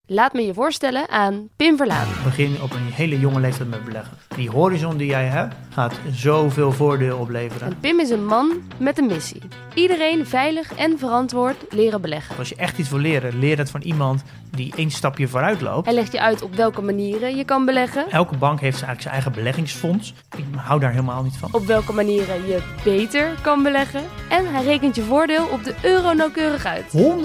Laat me je voorstellen aan Pim Verlaan. Begin op een hele jonge leeftijd met beleggen. Die horizon die jij hebt, gaat zoveel voordeel opleveren. En Pim is een man met een missie. Iedereen veilig en verantwoord leren beleggen. Als je echt iets wil leren, leer het van iemand die 1 stapje vooruit loopt. Hij legt je uit op welke manieren je kan beleggen. Elke bank heeft eigenlijk zijn eigen beleggingsfonds. Ik hou daar helemaal niet van. Op welke manieren je beter kan beleggen. En hij rekent je voordeel op de euro nauwkeurig uit.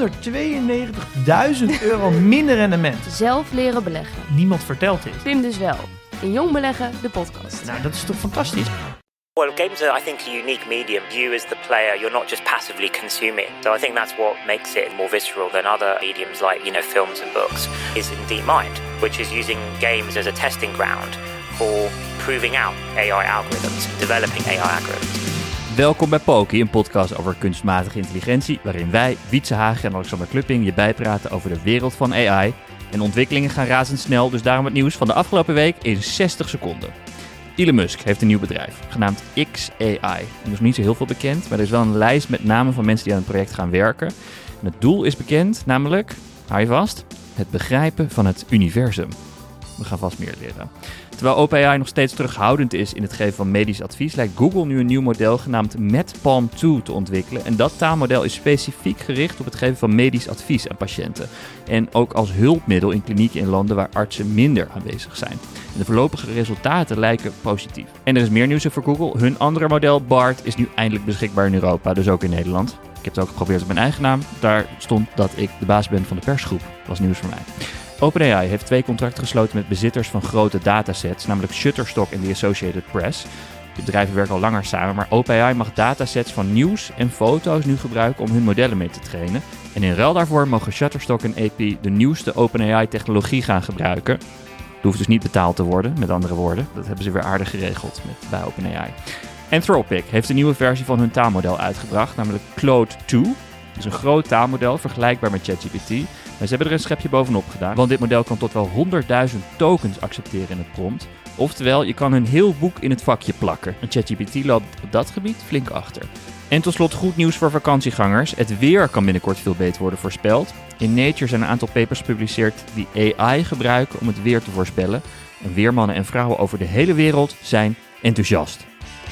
192.000 euro minder rendement. Zelf leren beleggen. Niemand vertelt dit. Pim dus wel. In Jong Beleggen, de podcast. Nou, dat is toch fantastisch? Well, games are, I think, a unique medium. You as the player, you're not just passively consuming. So I think that's what makes it more visceral than other mediums like, films and books, is in DeepMind, which is using games as a testing ground for proving out AI algorithms, developing AI algorithms. Welkom bij Poki, een podcast over kunstmatige intelligentie, waarin wij, Wietse Hagen en Alexander Klupping, je bijpraten over de wereld van AI. En ontwikkelingen gaan razendsnel, dus daarom het nieuws van de afgelopen week in 60 seconden. Elon Musk heeft een nieuw bedrijf, genaamd xAI. En er is niet zo heel veel bekend, maar er is wel een lijst met namen van mensen die aan het project gaan werken. En het doel is bekend, namelijk, hou je vast, het begrijpen van het universum. We gaan vast meer leren. Terwijl OpenAI nog steeds terughoudend is in het geven van medisch advies, lijkt Google nu een nieuw model genaamd MedPalm 2 te ontwikkelen. En dat taalmodel is specifiek gericht op het geven van medisch advies aan patiënten. En ook als hulpmiddel in klinieken in landen waar artsen minder aanwezig zijn. En de voorlopige resultaten lijken positief. En er is meer nieuws over Google. Hun andere model, BART, is nu eindelijk beschikbaar in Europa, dus ook in Nederland. Ik heb het ook geprobeerd op mijn eigen naam. Daar stond dat ik de baas ben van de persgroep. Dat was nieuws voor mij. OpenAI heeft 2 contracten gesloten met bezitters van grote datasets, namelijk Shutterstock en The Associated Press. De bedrijven werken al langer samen, maar OpenAI mag datasets van nieuws en foto's nu gebruiken om hun modellen mee te trainen. En in ruil daarvoor mogen Shutterstock en AP de nieuwste OpenAI-technologie gaan gebruiken. Het hoeft dus niet betaald te worden, met andere woorden. Dat hebben ze weer aardig geregeld bij OpenAI. Anthropic heeft een nieuwe versie van hun taalmodel uitgebracht, namelijk Claude 2. Dat is een groot taalmodel, vergelijkbaar met ChatGPT. Maar ze hebben er een schepje bovenop gedaan, want dit model kan tot wel 100.000 tokens accepteren in het prompt. Oftewel, je kan een heel boek in het vakje plakken. En ChatGPT loopt op dat gebied flink achter. En tot slot goed nieuws voor vakantiegangers. Het weer kan binnenkort veel beter worden voorspeld. In Nature zijn een aantal papers gepubliceerd die AI gebruiken om het weer te voorspellen. En weermannen en vrouwen over de hele wereld zijn enthousiast.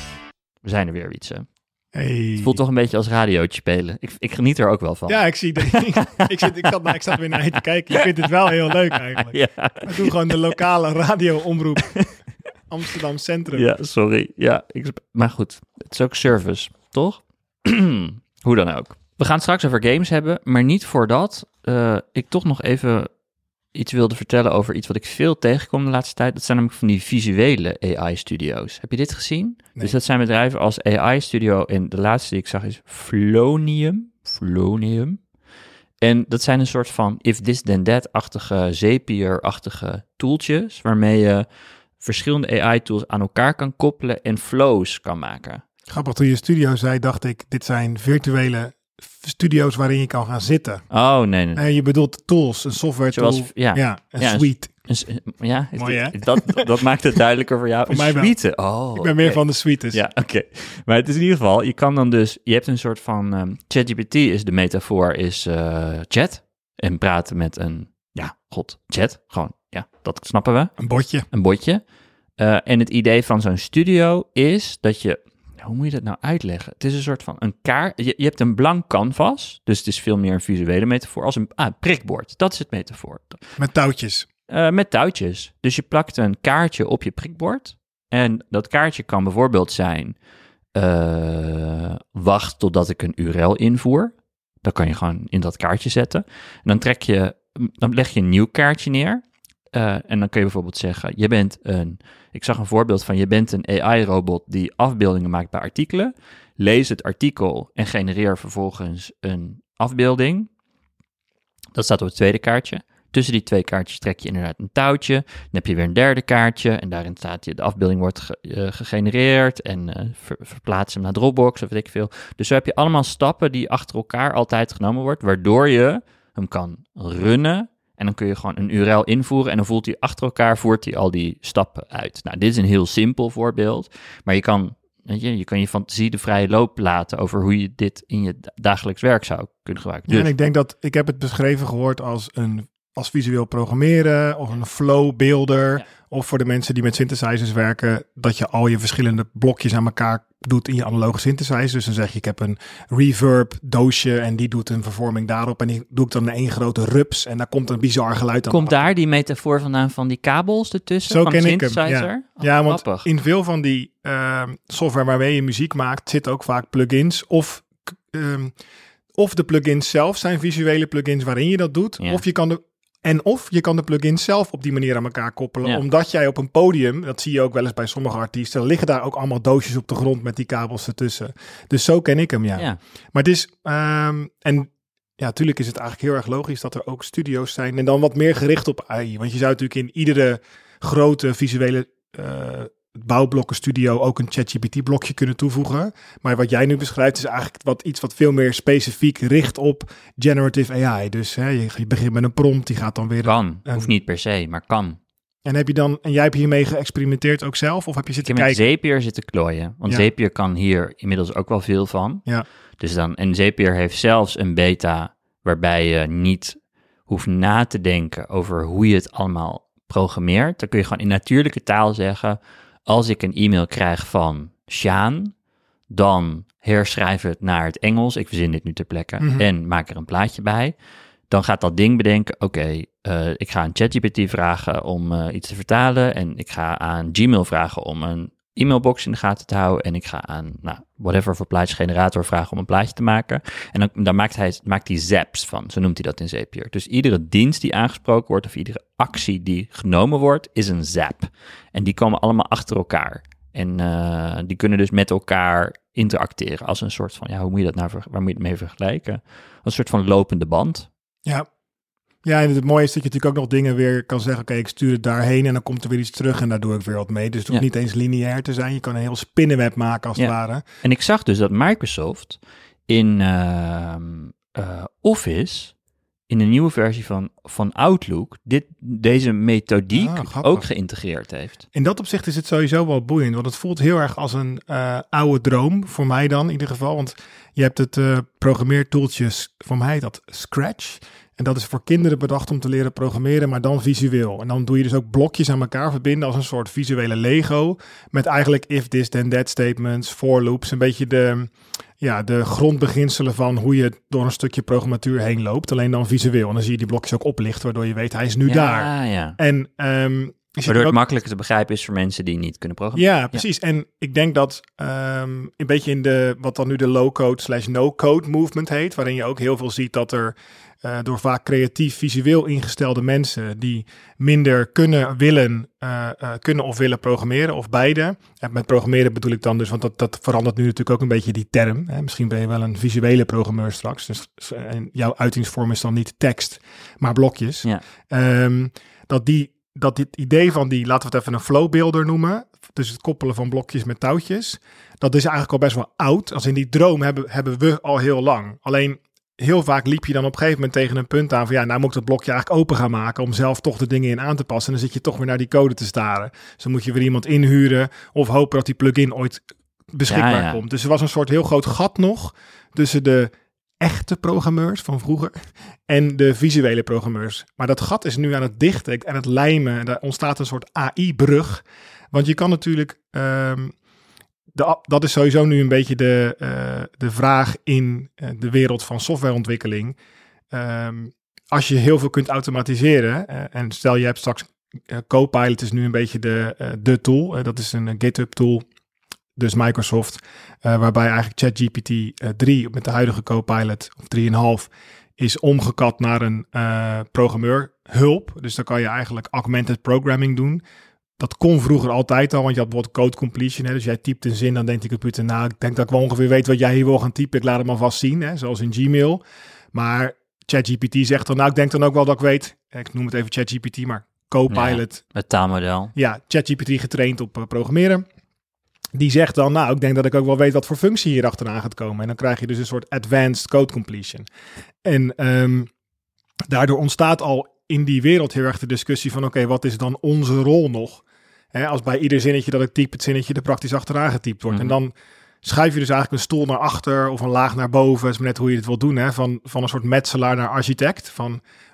We zijn er weer, Wietse. Hey. Het voelt toch een beetje als radiootje spelen. Ik geniet er ook wel van. Ja, ik zie dat. Ik zat weer naar je te kijken. Je vindt het wel heel leuk eigenlijk. Ja. We doen gewoon de lokale radioomroep. Amsterdam Centrum. Ja, sorry. Ja, maar goed, het is ook service, toch? Hoe dan ook. We gaan het straks over games hebben, maar niet voordat ik toch nog even iets wilde vertellen over iets wat ik veel tegenkom de laatste tijd. Dat zijn namelijk van die visuele AI-studio's. Heb je dit gezien? Nee. Dus dat zijn bedrijven als AI-studio en de laatste die ik zag is Flownium. En dat zijn een soort van if this then that-achtige, Zapier-achtige tooltjes, waarmee je verschillende AI-tools aan elkaar kan koppelen en flows kan maken. Grappig, toen je studio zei, dacht ik, dit zijn virtuele studio's waarin je kan gaan zitten. Oh, nee. Je bedoelt tools, een software tool. Zoals, een suite. Mooi, dat maakt het duidelijker voor jou. Voor mij wel. Suite. Oh, ik ben meer van de suites. Ja, oké. Maar het is in ieder geval, je kan dan dus, je hebt een soort van, ChatGPT is de metafoor, is chat. En praten met een, chat. Gewoon, dat snappen we. Een botje. En het idee van zo'n studio is dat je, hoe moet je dat nou uitleggen? Het is een soort van een kaart. Je hebt een blank canvas, dus het is veel meer een visuele metafoor als een prikbord. Dat is het metafoor. Met touwtjes. Met touwtjes. Dus je plakt een kaartje op je prikbord. En dat kaartje kan bijvoorbeeld zijn, wacht totdat ik een URL invoer. Dat kan je gewoon in dat kaartje zetten. En dan leg je een nieuw kaartje neer. En dan kun je bijvoorbeeld zeggen, ik zag een voorbeeld van, je bent een AI-robot die afbeeldingen maakt bij artikelen. Lees het artikel en genereer vervolgens een afbeelding. Dat staat op het tweede kaartje. Tussen die 2 kaartjes trek je inderdaad een touwtje. Dan heb je weer een derde kaartje en daarin staat de afbeelding wordt gegenereerd en verplaats hem naar Dropbox of weet ik veel. Dus zo heb je allemaal stappen die achter elkaar altijd genomen wordt, waardoor je hem kan runnen. En dan kun je gewoon een URL invoeren en dan voert hij al die stappen uit. Nou, dit is een heel simpel voorbeeld, maar je kan je fantasie de vrije loop laten over hoe je dit in je dagelijks werk zou kunnen gebruiken. Ja, en ik denk dat, ik heb het beschreven gehoord als een als visueel programmeren of een flow builder. Ja. Of voor de mensen die met synthesizers werken, dat je al je verschillende blokjes aan elkaar doet in je analoge synthesizer. Dus dan zeg je, ik heb een reverb doosje en die doet een vervorming daarop. En die doe ik dan in één grote rups en daar komt een bizar geluid aan. Komt daar die metafoor vandaan van die kabels ertussen? Zo van ken de ik hem, synthesizer? Ja, want grappig. in veel van die software waarmee je muziek maakt, zitten ook vaak plugins of de plugins zelf zijn visuele plugins waarin je dat doet. Ja. Of je kan de plugins zelf op die manier aan elkaar koppelen. Ja. Omdat jij op een podium, dat zie je ook wel eens bij sommige artiesten, liggen daar ook allemaal doosjes op de grond met die kabels ertussen. Dus zo ken ik hem, ja. Maar het is, en ja, natuurlijk is het eigenlijk heel erg logisch dat er ook studio's zijn en dan wat meer gericht op AI. Want je zou natuurlijk in iedere grote visuele bouwblokkenstudio ook een ChatGPT-blokje kunnen toevoegen. Maar wat jij nu beschrijft is eigenlijk iets wat veel meer specifiek richt op generative AI. Dus je begint met een prompt, die gaat dan weer... Kan, hoeft niet per se, maar kan. En jij hebt hiermee geëxperimenteerd ook zelf? Of heb je zitten Ik heb kijken? met Zapier zitten klooien. Want Zapier kan hier inmiddels ook wel veel van. Ja. Dus en Zapier heeft zelfs een beta waarbij je niet hoeft na te denken over hoe je het allemaal programmeert. Dan kun je gewoon in natuurlijke taal zeggen, als ik een e-mail krijg van Sjaan, dan herschrijf het naar het Engels. Ik verzin dit nu ter plekke. En maak er een plaatje bij. Dan gaat dat ding bedenken, oké, ik ga aan ChatGPT vragen om iets te vertalen. En ik ga aan Gmail vragen om een e-mailbox in de gaten te houden. En ik ga aan, whatever voor plaatjesgenerator vragen om een plaatje te maken. En dan maakt hij zaps van, zo noemt hij dat in Zapier. Dus iedere dienst die aangesproken wordt of iedere actie die genomen wordt, is een zap. En die komen allemaal achter elkaar. En die kunnen dus met elkaar interacteren als een soort van, hoe moet je dat nou, waar moet je het mee vergelijken? Een soort van lopende band. Ja, en het mooie is dat je natuurlijk ook nog dingen weer kan zeggen, oké, ik stuur het daarheen en dan komt er weer iets terug en daar doe ik weer wat mee. Dus het hoeft niet eens lineair te zijn. Je kan een heel spinnenweb maken als het ware. En ik zag dus dat Microsoft in Office, in een nieuwe versie van Outlook, deze methodiek ook geïntegreerd heeft. In dat opzicht is het sowieso wel boeiend, want het voelt heel erg als een oude droom, voor mij dan in ieder geval. Want je hebt het programmeertoeltje, voor mij heet dat Scratch. En dat is voor kinderen bedacht om te leren programmeren, maar dan visueel. En dan doe je dus ook blokjes aan elkaar verbinden als een soort visuele Lego. Met eigenlijk if this then that statements, for loops. Een beetje de grondbeginselen van hoe je door een stukje programmatuur heen loopt. Alleen dan visueel. En dan zie je die blokjes ook oplichten, waardoor je weet hij is nu daar. Ja. En waardoor het makkelijker te begrijpen is voor mensen die niet kunnen programmeren. Ja, precies. Ja. En ik denk dat een beetje in wat dan nu de low-code / no-code movement heet, waarin je ook heel veel ziet dat er door vaak creatief visueel ingestelde mensen die minder kunnen of willen programmeren of beide. En met programmeren bedoel ik dan dus, want dat verandert nu natuurlijk ook een beetje die term. Hè? Misschien ben je wel een visuele programmeur straks. Dus jouw uitingsvorm is dan niet tekst, maar blokjes. Ja. Dat dit idee van laten we het even een flow builder noemen, dus het koppelen van blokjes met touwtjes, dat is eigenlijk al best wel oud. Als in die droom hebben we al heel lang. Alleen heel vaak liep je dan op een gegeven moment tegen een punt aan van nou moet ik dat blokje eigenlijk open gaan maken om zelf toch de dingen in aan te passen. En dan zit je toch weer naar die code te staren. Dus dan moet je weer iemand inhuren of hopen dat die plugin ooit beschikbaar komt. Dus er was een soort heel groot gat nog tussen de echte programmeurs van vroeger en de visuele programmeurs. Maar dat gat is nu aan het dichten en het lijmen. Daar ontstaat een soort AI-brug. Want je kan natuurlijk dat is sowieso nu een beetje de vraag in de wereld van softwareontwikkeling. Als je heel veel kunt automatiseren, en stel je hebt straks Copilot is nu een beetje de tool. Dat is een GitHub tool, dus Microsoft, waarbij eigenlijk ChatGPT 3 met de huidige Copilot, of 3,5, is omgekat naar een programmeurhulp. Dus dan kan je eigenlijk augmented programming doen. Dat kon vroeger altijd al, want je had bijvoorbeeld code completion. Hè? Dus jij typt een zin, dan denkt de computer, ik denk dat ik wel ongeveer weet wat jij hier wil gaan typen. Ik laat het maar vast zien, hè? Zoals in Gmail. Maar ChatGPT zegt dan, ik denk dan ook wel dat ik weet, ik noem het even ChatGPT, maar Copilot. Het taalmodel. Ja, ChatGPT getraind op programmeren. Die zegt dan, ik denk dat ik ook wel weet wat voor functie hier achteraan gaat komen. En dan krijg je dus een soort advanced code completion. En daardoor ontstaat al in die wereld heel erg de discussie van, oké, wat is dan onze rol nog? Als bij ieder zinnetje dat ik typ, het zinnetje er praktisch achteraan getypt wordt. En dan schuif je dus eigenlijk een stoel naar achter of een laag naar boven. Dat is maar net hoe je het wil doen. Van een soort metselaar naar architect. Van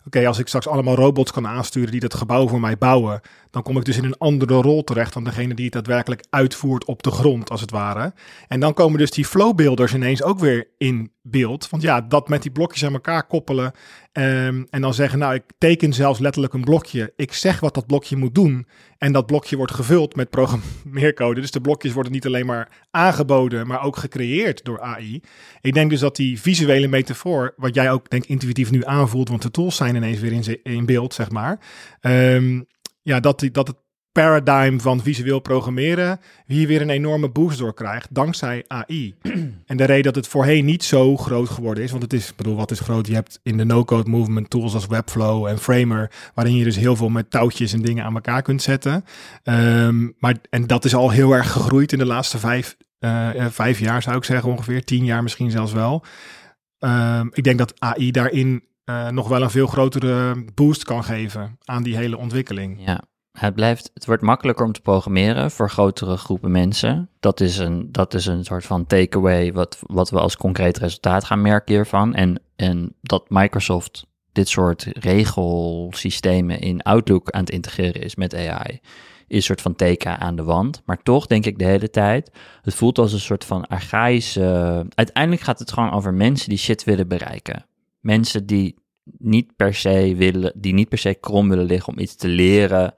oké, als ik straks allemaal robots kan aansturen die dat gebouw voor mij bouwen, dan kom ik dus in een andere rol terecht dan degene die het daadwerkelijk uitvoert op de grond, als het ware. En dan komen dus die flowbuilders ineens ook weer in beeld. Want ja, dat met die blokjes aan elkaar koppelen en dan zeggen, nou, ik teken zelfs letterlijk een blokje. Ik zeg wat dat blokje moet doen en dat blokje wordt gevuld met programmeercode. Dus de blokjes worden niet alleen maar aangeboden, maar ook gecreëerd door AI. Ik denk dus dat die visuele metafoor, wat jij ook denk intuïtief nu aanvoelt, want de tools zijn ineens weer in beeld, zeg maar. Dat het paradigm van visueel programmeren hier weer een enorme boost door krijgt, dankzij AI. En de reden dat het voorheen niet zo groot geworden is, want het is, wat is groot? Je hebt in de no-code movement tools als Webflow en Framer, waarin je dus heel veel met touwtjes en dingen aan elkaar kunt zetten. En dat is al heel erg gegroeid in de laatste 5 jaar, zou ik zeggen, ongeveer 10 jaar misschien zelfs wel. Ik denk dat AI daarin nog wel een veel grotere boost kan geven aan die hele ontwikkeling. Ja, het wordt makkelijker om te programmeren voor grotere groepen mensen. Dat is een soort van takeaway wat we als concreet resultaat gaan merken hiervan. En dat Microsoft dit soort regelsystemen in Outlook aan het integreren is met AI, is een soort van teken aan de wand. Maar toch denk ik de hele tijd, het voelt als een soort van archaïsche. Uiteindelijk gaat het gewoon over mensen die shit willen bereiken. Mensen die niet per se krom willen liggen om iets te leren,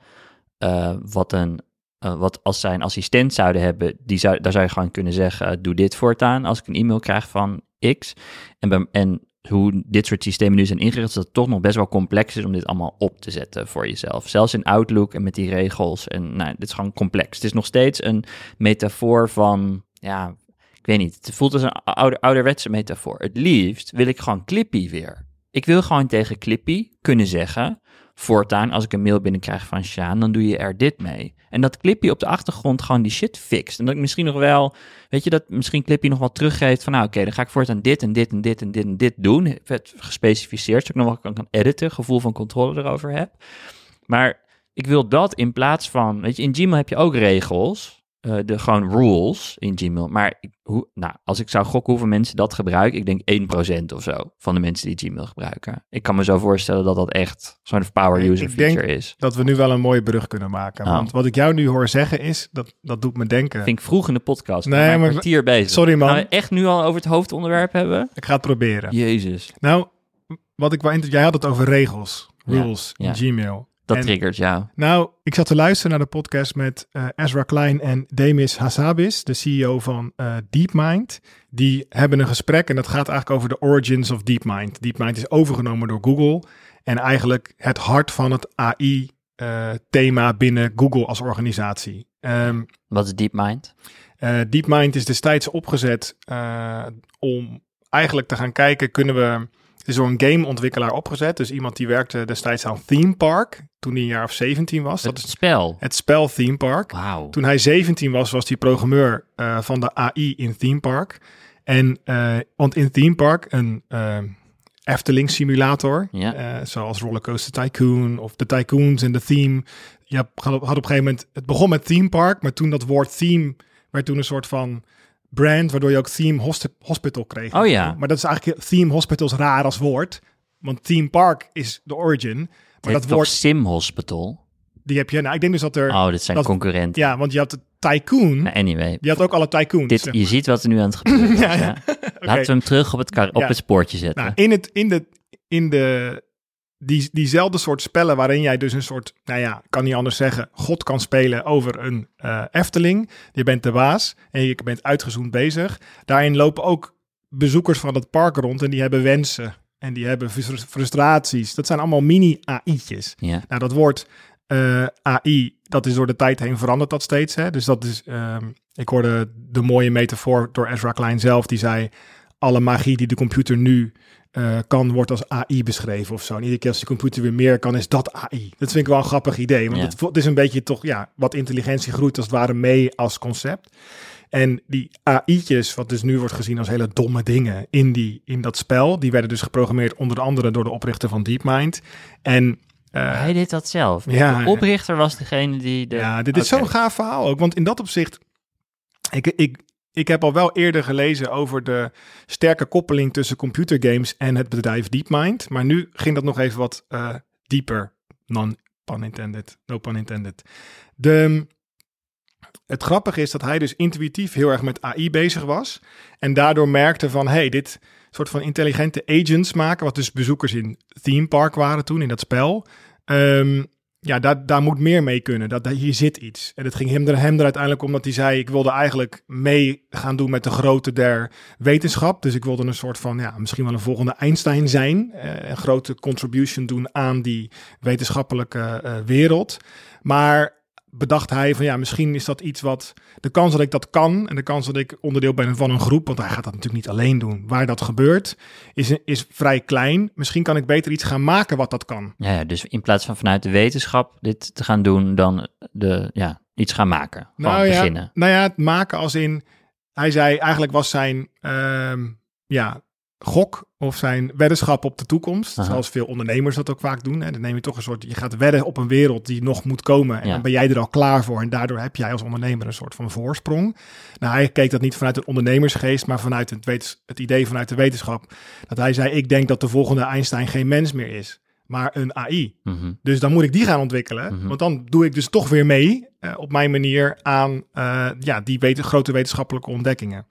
wat als zij een assistent zouden hebben, daar zou je gewoon kunnen zeggen, doe dit voortaan als ik een e-mail krijg van X. En hoe dit soort systemen nu zijn ingericht, is dat het toch nog best wel complex is om dit allemaal op te zetten voor jezelf. Zelfs in Outlook en met die regels. En dit is gewoon complex. Het is nog steeds een metafoor van, ja, ik weet niet. Het voelt als een ouderwetse metafoor. Het liefst wil ik gewoon Clippy weer. Ik wil gewoon tegen Clippy kunnen zeggen, voortaan als ik een mail binnenkrijg van Sjaan, dan doe je er dit mee. En dat Clippy op de achtergrond gewoon die shit fixt. En dat ik misschien nog wel, dat misschien Clippy nog wel teruggeeft van, nou oké, dan ga ik voortaan dit en dit en dit en dit en dit doen. Het gespecificeerd, zodat ik nog wel kan editen, gevoel van controle erover heb. Maar ik wil dat in plaats van, in Gmail heb je ook regels, gewoon rules in Gmail. Maar als ik zou gokken hoeveel mensen dat gebruiken, ik denk 1% of zo van de mensen die Gmail gebruiken. Ik kan me zo voorstellen dat dat echt zo'n power user feature is. Ik denk dat we nu wel een mooie brug kunnen maken. Oh. Want wat ik jou nu hoor zeggen is, dat doet me denken. Vind ik vroeg in de podcast. Nee, maar een kwartier bezig. Sorry man. Gaan we echt nu al over het hoofdonderwerp hebben? Ik ga het proberen. Jezus. Nou, jij had het over regels, rules in Gmail. Dat triggert jou. Nou, ik zat te luisteren naar de podcast met Ezra Klein en Demis Hassabis, de CEO van DeepMind. Die hebben een gesprek en dat gaat eigenlijk over de origins of DeepMind. DeepMind is overgenomen door Google en eigenlijk het hart van het AI-thema binnen Google als organisatie. Wat is DeepMind? DeepMind is destijds opgezet om eigenlijk te gaan kijken, kunnen we... Het is door een gameontwikkelaar opgezet. Dus iemand die werkte destijds aan Theme Park, toen hij een jaar of 17 was. Het spel? Het spel Theme Park. Wauw. Toen hij 17 was hij programmeur van de AI in Theme Park. Want in Theme Park, een Efteling simulator, zoals Rollercoaster Tycoon of de Tycoons en de Theme. Je had op een gegeven moment, het begon met Theme Park, maar toen dat woord theme werd toen een soort van brand, waardoor je ook Theme Hospital kreeg. Oh ja. Maar dat is eigenlijk, Theme Hospital is raar als woord, want Theme Park is de origin. Maar dat woord Sim Hospital. Die heb je, ik denk dus dat er... dit zijn concurrenten. Ja, want je had de Tycoon. Anyway. Die had ook alle Tycoons. Je ziet wat er nu aan het gebeuren is. Okay. Laten we hem terug op het spoortje zetten. Nou, diezelfde soort spellen waarin jij dus een soort, kan niet anders zeggen, God kan spelen over een Efteling. Je bent de baas en je bent uitgezoomd bezig. Daarin lopen ook bezoekers van het park rond en die hebben wensen en die hebben frustraties. Dat zijn allemaal mini-AI'tjes. Ja. Nou, dat woord AI, dat is door de tijd heen veranderd dat steeds. Hè? Dus dat is, ik hoorde de mooie metafoor door Ezra Klein zelf, die zei, alle magie die de computer nu kan, wordt als AI beschreven of zo. En iedere keer als de computer weer meer kan, is dat AI. Dat vind ik wel een grappig idee. Want het is een beetje toch, wat intelligentie groeit als het ware mee als concept. En die AI'tjes, wat dus nu wordt gezien als hele domme dingen in dat spel, die werden dus geprogrammeerd onder andere door de oprichter van DeepMind. En hij deed dat zelf. Ja, de oprichter was degene die... dit is zo'n gaaf verhaal ook. Want in dat opzicht... ik heb al wel eerder gelezen over de sterke koppeling tussen computergames en het bedrijf DeepMind. Maar nu ging dat nog even wat dieper. No pun intended. Het grappige is dat hij dus intuïtief heel erg met AI bezig was. En daardoor merkte van, dit soort van intelligente agents maken, wat dus bezoekers in Theme Park waren toen, in dat spel. Daar moet meer mee kunnen. Hier zit iets. En het ging hem er uiteindelijk om dat hij zei, ik wilde eigenlijk mee gaan doen met de grootte der wetenschap. Dus ik wilde een soort van, misschien wel een volgende Einstein zijn. Een grote contribution doen aan die wetenschappelijke wereld. Maar bedacht hij van misschien is dat iets wat de kans dat ik dat kan en de kans dat ik onderdeel ben van een groep, want hij gaat dat natuurlijk niet alleen doen, waar dat gebeurt, is vrij klein. Misschien kan ik beter iets gaan maken wat dat kan. Ja, dus in plaats van vanuit de wetenschap dit te gaan doen, dan iets gaan maken. Beginnen. Het maken als in, hij zei eigenlijk was zijn gok of zijn weddenschap op de toekomst. Aha. Zoals veel ondernemers dat ook vaak doen. Hè. Dan neem je toch een soort, je gaat wedden op een wereld die nog moet komen. En dan ben jij er al klaar voor. En daardoor heb jij als ondernemer een soort van voorsprong. Nou, hij keek dat niet vanuit een ondernemersgeest, maar vanuit het idee vanuit de wetenschap. Dat hij zei, ik denk dat de volgende Einstein geen mens meer is, maar een AI. Mm-hmm. Dus dan moet ik die gaan ontwikkelen. Mm-hmm. Want dan doe ik dus toch weer mee op mijn manier aan die grote wetenschappelijke ontdekkingen.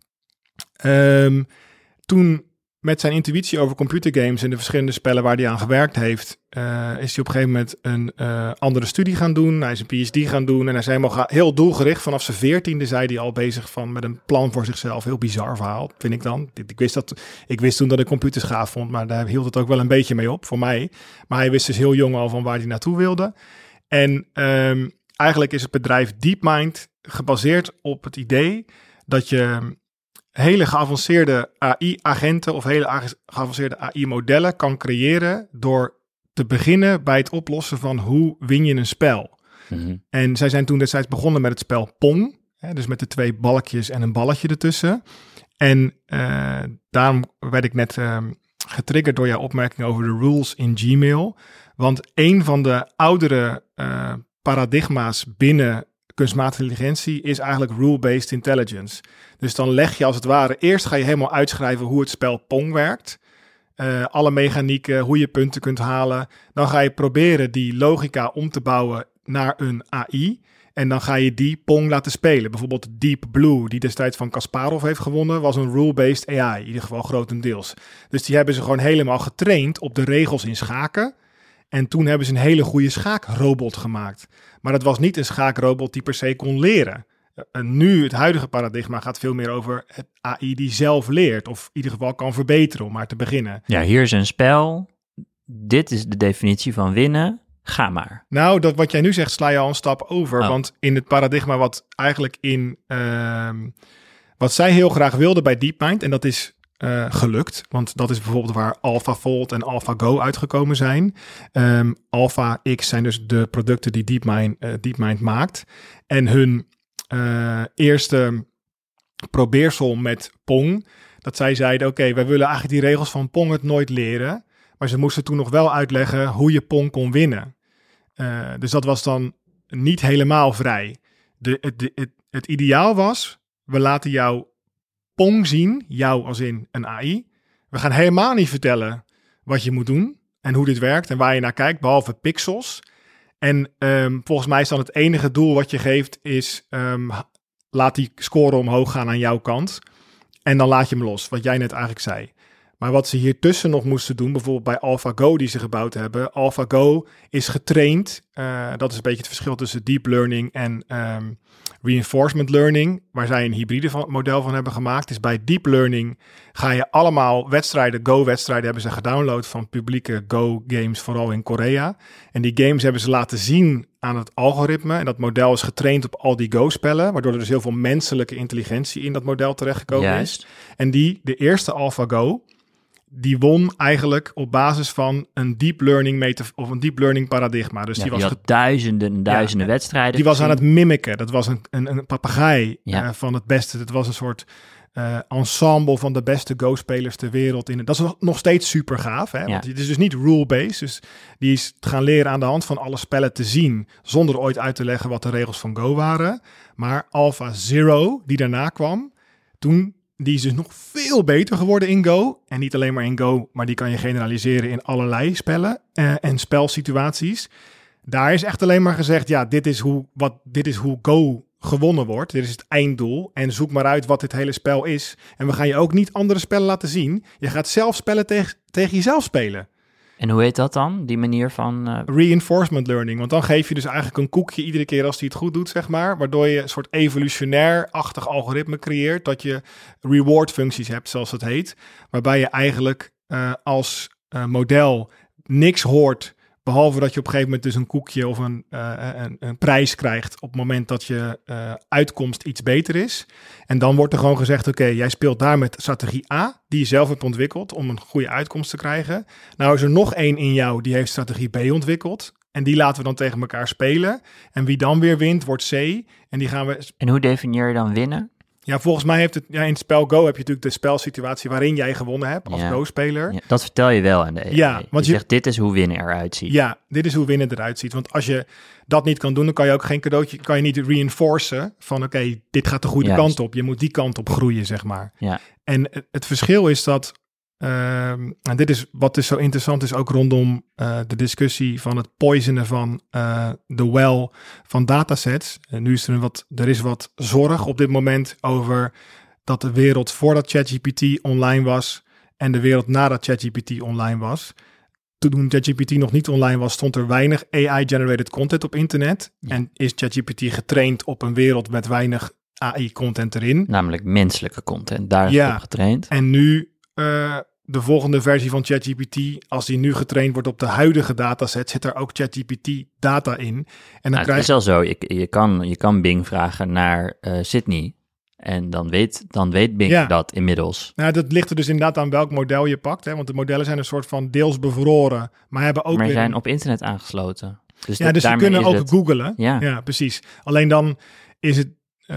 Toen met zijn intuïtie over computergames en de verschillende spellen waar hij aan gewerkt heeft, is hij op een gegeven moment een andere studie gaan doen. Hij is een PhD gaan doen en hij is helemaal heel doelgericht. Vanaf zijn 14e zei hij al bezig met een plan voor zichzelf. Heel bizar verhaal, vind ik dan. Ik wist toen dat ik computers gaaf vond, maar daar hield het ook wel een beetje mee op voor mij. Maar hij wist dus heel jong al van waar hij naartoe wilde. En eigenlijk is het bedrijf DeepMind gebaseerd op het idee dat je hele geavanceerde AI-agenten of hele geavanceerde AI-modellen kan creëren door te beginnen bij het oplossen van hoe win je een spel. Mm-hmm. En zij zijn toen destijds begonnen met het spel Pong, dus met de 2 balkjes en een balletje ertussen. En daarom werd ik net getriggerd door jouw opmerking over de rules in Gmail. Want een van de oudere paradigma's binnen kunstmatige intelligentie is eigenlijk rule-based intelligence. Dus dan leg je als het ware, eerst ga je helemaal uitschrijven hoe het spel Pong werkt. Alle mechanieken, hoe je punten kunt halen. Dan ga je proberen die logica om te bouwen naar een AI. En dan ga je die Pong laten spelen. Bijvoorbeeld Deep Blue, die destijds van Kasparov heeft gewonnen, was een rule-based AI. In ieder geval grotendeels. Dus die hebben ze gewoon helemaal getraind op de regels in schaken. En toen hebben ze een hele goede schaakrobot gemaakt. Maar dat was niet een schaakrobot die per se kon leren. Nu, het huidige paradigma gaat veel meer over het AI die zelf leert. Of in ieder geval kan verbeteren, om maar te beginnen. Ja, hier is een spel. Dit is de definitie van winnen. Ga maar. Nou, wat jij nu zegt, sla je al een stap over. Oh. Want in het paradigma wat eigenlijk wat zij heel graag wilden bij DeepMind, en dat is gelukt. Want dat is bijvoorbeeld waar AlphaFold en AlphaGo uitgekomen zijn. AlphaX zijn dus de producten die DeepMind maakt. En hun eerste probeersel met Pong, dat zij zeiden, oké, wij willen eigenlijk die regels van Pong het nooit leren. Maar ze moesten toen nog wel uitleggen hoe je Pong kon winnen. Dus dat was dan niet helemaal vrij. Het ideaal was, we laten jou Pong zien, jou als in een AI. We gaan helemaal niet vertellen wat je moet doen en hoe dit werkt en waar je naar kijkt, behalve pixels. En volgens mij is dan het enige doel wat je geeft is, laat die score omhoog gaan aan jouw kant. En dan laat je hem los, wat jij net eigenlijk zei. Maar wat ze hier tussen nog moesten doen, bijvoorbeeld bij AlphaGo die ze gebouwd hebben. AlphaGo is getraind. Dat is een beetje het verschil tussen deep learning en reinforcement learning, waar zij een hybride model van hebben gemaakt. Dus bij deep learning ga je allemaal Go-wedstrijden hebben ze gedownload van publieke Go-games, vooral in Korea. En die games hebben ze laten zien aan het algoritme. En dat model is getraind op al die Go-spellen, waardoor er dus heel veel menselijke intelligentie in dat model terechtgekomen is. En de eerste AlphaGo, die won eigenlijk op basis van een deep learning paradigma. Dus die had duizenden wedstrijden. Die was aan het mimiken. Dat was een papegaai van het beste. Het was een soort ensemble van de beste Go-spelers ter wereld. Dat is nog steeds super gaaf. Hè? Ja. Want het is dus niet rule-based. Dus die is gaan leren aan de hand van alle spellen te zien, zonder ooit uit te leggen wat de regels van Go waren. Maar AlphaZero, die daarna kwam, Die is dus nog veel beter geworden in Go. En niet alleen maar in Go, maar die kan je generaliseren in allerlei spellen en spelsituaties. Daar is echt alleen maar gezegd, ja, dit is hoe Go gewonnen wordt. Dit is het einddoel. En zoek maar uit wat dit hele spel is. En we gaan je ook niet andere spellen laten zien. Je gaat zelf spellen tegen jezelf spelen. En hoe heet dat dan, die manier van... Reinforcement learning. Want dan geef je dus eigenlijk een koekje iedere keer als hij het goed doet, zeg maar. Waardoor je een soort evolutionair-achtig algoritme creëert. Dat je reward functies hebt, zoals het heet. Waarbij je eigenlijk als model niks hoort. Behalve dat je op een gegeven moment dus een koekje of een prijs krijgt op het moment dat je uitkomst iets beter is. En dan wordt er gewoon gezegd, oké, jij speelt daar met strategie A, die je zelf hebt ontwikkeld om een goede uitkomst te krijgen. Nou is er nog één in jou die heeft strategie B ontwikkeld. En die laten we dan tegen elkaar spelen. En wie dan weer wint, wordt C. En die gaan we... En hoe definieer je dan winnen? Ja, volgens mij heeft het... Ja, in het spel Go heb je natuurlijk de spelsituatie waarin jij gewonnen hebt als Go-speler. Ja, dat vertel je wel aan de AI. Ja, want je zegt, dit is hoe winnen eruit ziet. Ja, dit is hoe winnen eruit ziet. Want als je dat niet kan doen, dan kan je ook geen cadeautje... kan je niet reinforcen van oké, dit gaat de goede kant op. Je moet die kant op groeien, zeg maar. Ja. En het verschil is dat... en dit is wat dus zo interessant is ook rondom de discussie van het poisonen van de well van datasets. En nu is er is wat zorg op dit moment over dat de wereld voordat ChatGPT online was en de wereld nadat ChatGPT online was. Toen ChatGPT nog niet online was, stond er weinig AI-generated content op internet. Ja. En is ChatGPT getraind op een wereld met weinig AI-content erin. Namelijk menselijke content, daar is het op getraind. En nu... de volgende versie van ChatGPT, als die nu getraind wordt op de huidige dataset, zit er ook ChatGPT data in. En dan het is wel zo, je kan Bing vragen naar Sydney. En dan weet Bing dat inmiddels. Nou, dat ligt er dus inderdaad aan welk model je pakt. Hè? Want de modellen zijn een soort van deels bevroren. Maar hebben ook weer zijn op internet aangesloten. Dus ze kunnen ook googlen. Ja, precies. Alleen dan is het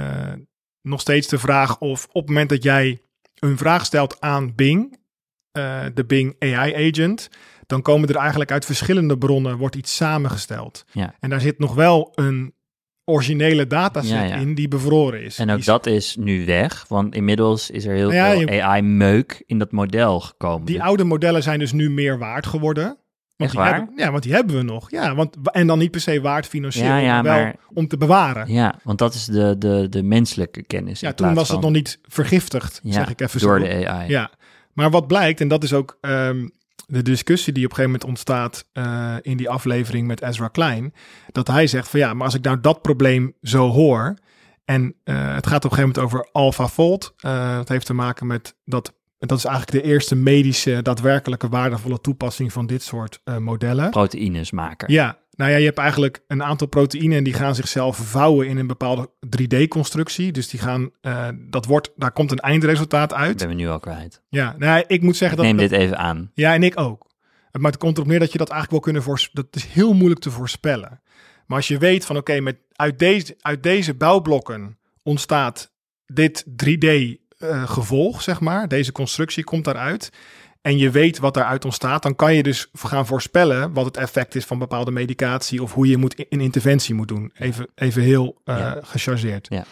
nog steeds de vraag of op het moment dat jij een vraag stelt aan Bing... de Bing AI agent, dan komen er eigenlijk uit verschillende bronnen, wordt iets samengesteld. Ja. En daar zit nog wel een originele dataset in die bevroren is. En ook dat is nu weg, want inmiddels is er heel veel AI-meuk in dat model gekomen. Die oude modellen zijn dus nu meer waard geworden. Want want die hebben we nog. Ja, en dan niet per se waard financieel, maar wel om te bewaren. Ja, want dat is de menselijke kennis. Ja, toen was het nog niet vergiftigd, zeg ik even door zo. De AI. Ja. Maar wat blijkt, en dat is ook de discussie die op een gegeven moment ontstaat in die aflevering met Ezra Klein, dat hij zegt van ja, maar als ik nou dat probleem zo hoor, en het gaat op een gegeven moment over AlphaFold, dat heeft te maken met dat is eigenlijk de eerste medische, daadwerkelijke waardevolle toepassing van dit soort modellen. Proteïnes maken. Ja, nou ja, je hebt eigenlijk een aantal proteïnen en die gaan zichzelf vouwen in een bepaalde 3D-constructie. Dus die gaan, daar komt een eindresultaat uit. Dat ben we nu al kwijt. Ja, nou, ik moet zeggen dat... Neem dit even aan. Ja, en ik ook. Maar het komt erop neer dat je dat eigenlijk wel kunnen dat is heel moeilijk te voorspellen. Maar als je weet van oké, uit deze bouwblokken ontstaat dit 3D gevolg, zeg maar. Deze constructie komt daaruit. En je weet wat daaruit ontstaat, dan kan je dus gaan voorspellen wat het effect is van bepaalde medicatie of hoe je een interventie moet doen. Even heel gechargeerd. Ja.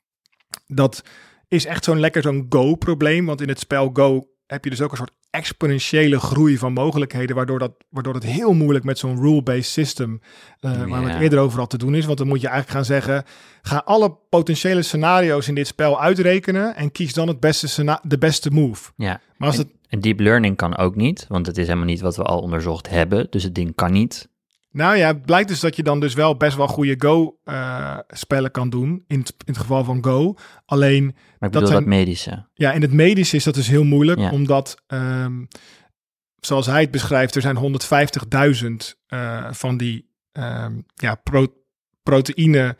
Dat is echt zo'n Go-probleem, want in het spel Go heb je dus ook een soort exponentiële groei van mogelijkheden, waardoor het heel moeilijk met zo'n rule-based system, waar we het eerder over had te doen is. Want dan moet je eigenlijk gaan zeggen, ga alle potentiële scenario's in dit spel uitrekenen en kies dan de beste move. Ja. Maar als en deep learning kan ook niet, want het is helemaal niet wat we al onderzocht hebben, dus het ding kan niet. Nou ja, het blijkt dus dat je dan dus wel best wel goede Go-spellen kan doen, in het geval van Go. Alleen... Maar ik bedoel dat medische. Ja, in het medische is dat dus heel moeilijk, omdat, zoals hij het beschrijft, er zijn 150.000 van die proteïnen...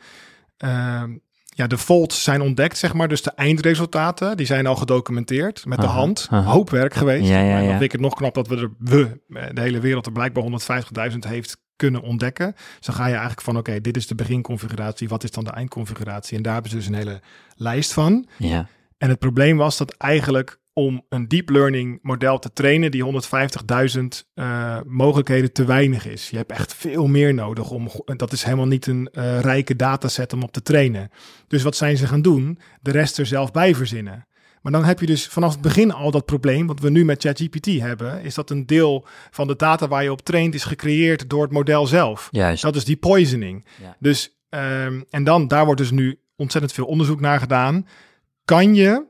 de folds zijn ontdekt, zeg maar. Dus de eindresultaten, die zijn al gedocumenteerd met de hand. Hoop werk geweest. Ja. Dan vind ik het nog knap dat de hele wereld er blijkbaar 150.000 heeft kunnen ontdekken. Dus dan ga je eigenlijk van, oké, dit is de beginconfiguratie. Wat is dan de eindconfiguratie? En daar hebben ze dus een hele lijst van. Ja. En het probleem was dat eigenlijk om een deep learning model te trainen, die 150.000 mogelijkheden te weinig is. Je hebt echt veel meer nodig. Dat is helemaal niet een rijke dataset om op te trainen. Dus wat zijn ze gaan doen? De rest er zelf bij verzinnen. Maar dan heb je dus vanaf het begin al dat probleem, wat we nu met ChatGPT hebben, is dat een deel van de data waar je op traint is gecreëerd door het model zelf. Juist. Dat is die poisoning. Ja. Dus, en dan, daar wordt dus nu ontzettend veel onderzoek naar gedaan. Kan je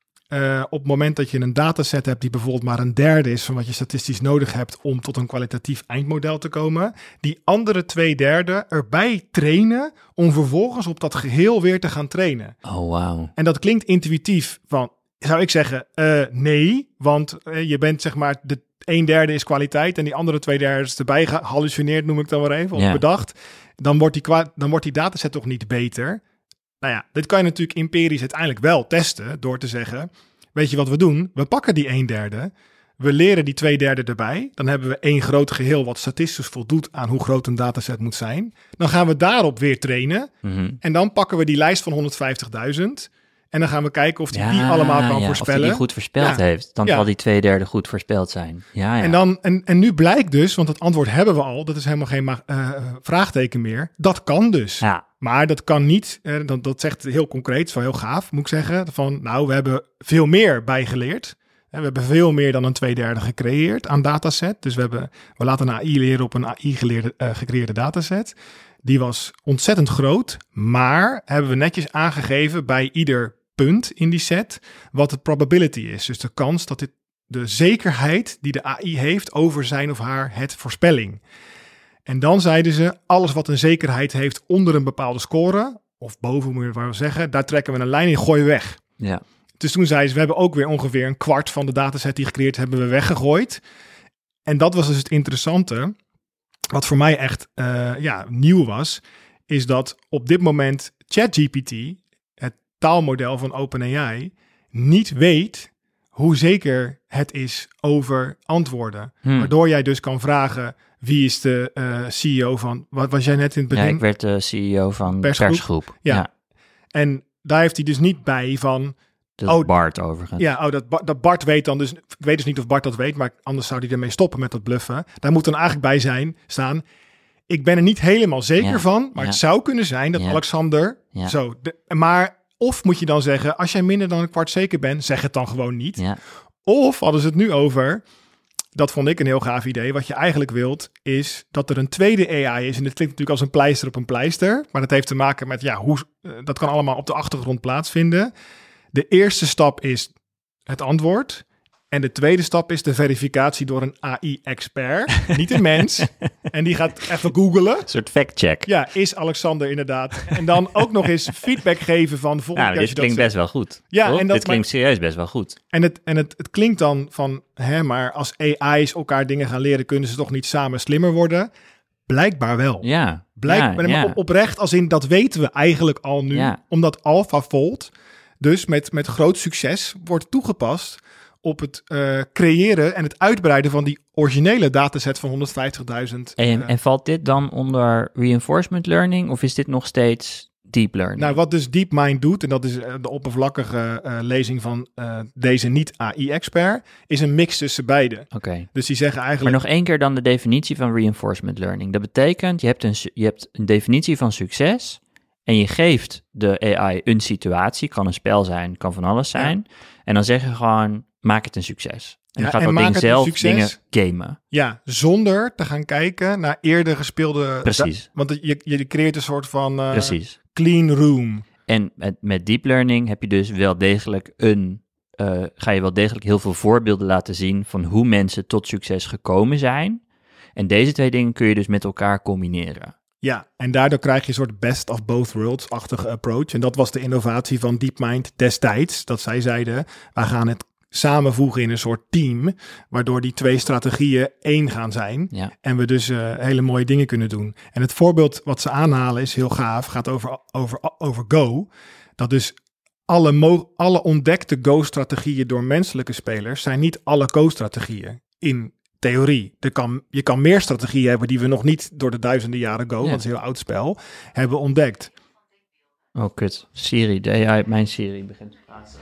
op het moment dat je een dataset hebt die bijvoorbeeld maar een derde is van wat je statistisch nodig hebt om tot een kwalitatief eindmodel te komen, die andere 2/3 erbij trainen om vervolgens op dat geheel weer te gaan trainen. Oh, wauw. En dat klinkt intuïtief van, zou ik zeggen, nee, want je bent zeg maar, de 1/3 is kwaliteit en die andere 2/3 is erbij gehallucineerd, noem ik dan maar even, of bedacht. Dan wordt die dataset toch niet beter. Nou ja, dit kan je natuurlijk empirisch uiteindelijk wel testen door te zeggen, weet je wat we doen? We pakken die 1/3, we leren die 2/3 erbij. Dan hebben we 1 groot geheel wat statistisch voldoet aan hoe groot een dataset moet zijn. Dan gaan we daarop weer trainen. Mm-hmm. En dan pakken we die lijst van 150.000 en dan gaan we kijken of die allemaal kan voorspellen. Of die goed voorspeld heeft. Dan zal die 2/3 goed voorspeld zijn. Ja. En nu blijkt dus, want het antwoord hebben we al, dat is helemaal geen vraagteken meer. Dat kan dus. Ja. Maar dat kan niet, dat zegt heel concreet, is wel heel gaaf, moet ik zeggen. Van, nou, we hebben veel meer bijgeleerd. We hebben veel meer dan een 2/3 gecreëerd aan dataset. Dus we laten een AI leren op een AI gecreëerde dataset. Die was ontzettend groot, maar hebben we netjes aangegeven bij ieder punt in die set wat de probability is. Dus de kans dat de zekerheid die de AI heeft over zijn of haar het voorspelling. En dan zeiden ze, alles wat een zekerheid heeft onder een bepaalde score, of boven moet je wel zeggen, daar trekken we een lijn in, gooien weg. Ja. Dus toen zeiden ze, we hebben ook weer ongeveer een kwart van de dataset die gecreëerd hebben we weggegooid. En dat was dus het interessante. Wat voor mij echt nieuw was, is dat op dit moment ChatGPT, het taalmodel van OpenAI, niet weet hoe zeker het is over antwoorden. Waardoor jij dus kan vragen, wie is de CEO van, wat was jij net in het begin? Ja, ik werd de CEO van Persgroep. Ja. En daar heeft hij dus niet bij van, dat is Bart overigens. Ja, dat Bart weet dan dus. Ik weet dus niet of Bart dat weet, maar anders zou hij ermee stoppen met dat bluffen. Daar moet dan eigenlijk bij staan. Ik ben er niet helemaal zeker van, maar het zou kunnen zijn dat Alexander zo. Maar of moet je dan zeggen, als jij minder dan een kwart zeker bent, zeg het dan gewoon niet. Ja. Of hadden ze het nu over, dat vond ik een heel gaaf idee. Wat je eigenlijk wilt, is dat er een tweede AI is. En dit klinkt natuurlijk als een pleister op een pleister. Maar dat heeft te maken met, hoe dat kan allemaal op de achtergrond plaatsvinden. De eerste stap is het antwoord. En de tweede stap is de verificatie door een AI-expert. Niet een mens. En die gaat even googlen. Een soort fact-check. Ja, is Alexander inderdaad. En dan ook nog eens feedback geven van volgende keer. Dit klinkt best wel goed. Ja, en dit klinkt serieus best wel goed. En het klinkt dan van, maar als AI's elkaar dingen gaan leren, kunnen ze toch niet samen slimmer worden? Blijkbaar wel. Ja. Maar oprecht, als in dat weten we eigenlijk al nu. Ja. Omdat AlphaFold dus met groot succes wordt toegepast op het creëren en het uitbreiden van die originele dataset van 150.000. En valt dit dan onder reinforcement learning of is dit nog steeds deep learning? Nou, wat dus DeepMind doet, en dat is de oppervlakkige lezing van deze niet-AI-expert, is een mix tussen beide. Okay. Dus die zeggen eigenlijk... Maar nog één keer dan de definitie van reinforcement learning. Dat betekent, je hebt een definitie van succes en je geeft de AI een situatie, kan een spel zijn, kan van alles zijn. Ja. En dan zeg je gewoon, maak het een succes. En dan gaat dat ding zelf dingen gamen. Ja, zonder te gaan kijken naar eerder gespeelde... Precies. Want je creëert een soort van Precies. Clean room. En met deep learning heb je dus wel degelijk ga je wel degelijk heel veel voorbeelden laten zien van hoe mensen tot succes gekomen zijn. En deze twee dingen kun je dus met elkaar combineren. Ja, en daardoor krijg je een soort best of both worlds-achtige approach. En dat was de innovatie van DeepMind destijds. Dat zij zeiden, wij gaan het samenvoegen in een soort team, waardoor die twee strategieën één gaan zijn. Ja. En we dus hele mooie dingen kunnen doen. En het voorbeeld wat ze aanhalen is heel gaaf, gaat over Go. Dat dus alle ontdekte Go-strategieën door menselijke spelers zijn niet alle Go-strategieën in theorie. Je kan meer strategieën hebben die we nog niet door de duizenden jaren Go, want het is een heel oud spel, hebben ontdekt. Oh, kut. Siri, de AI, mijn Siri begint te praten.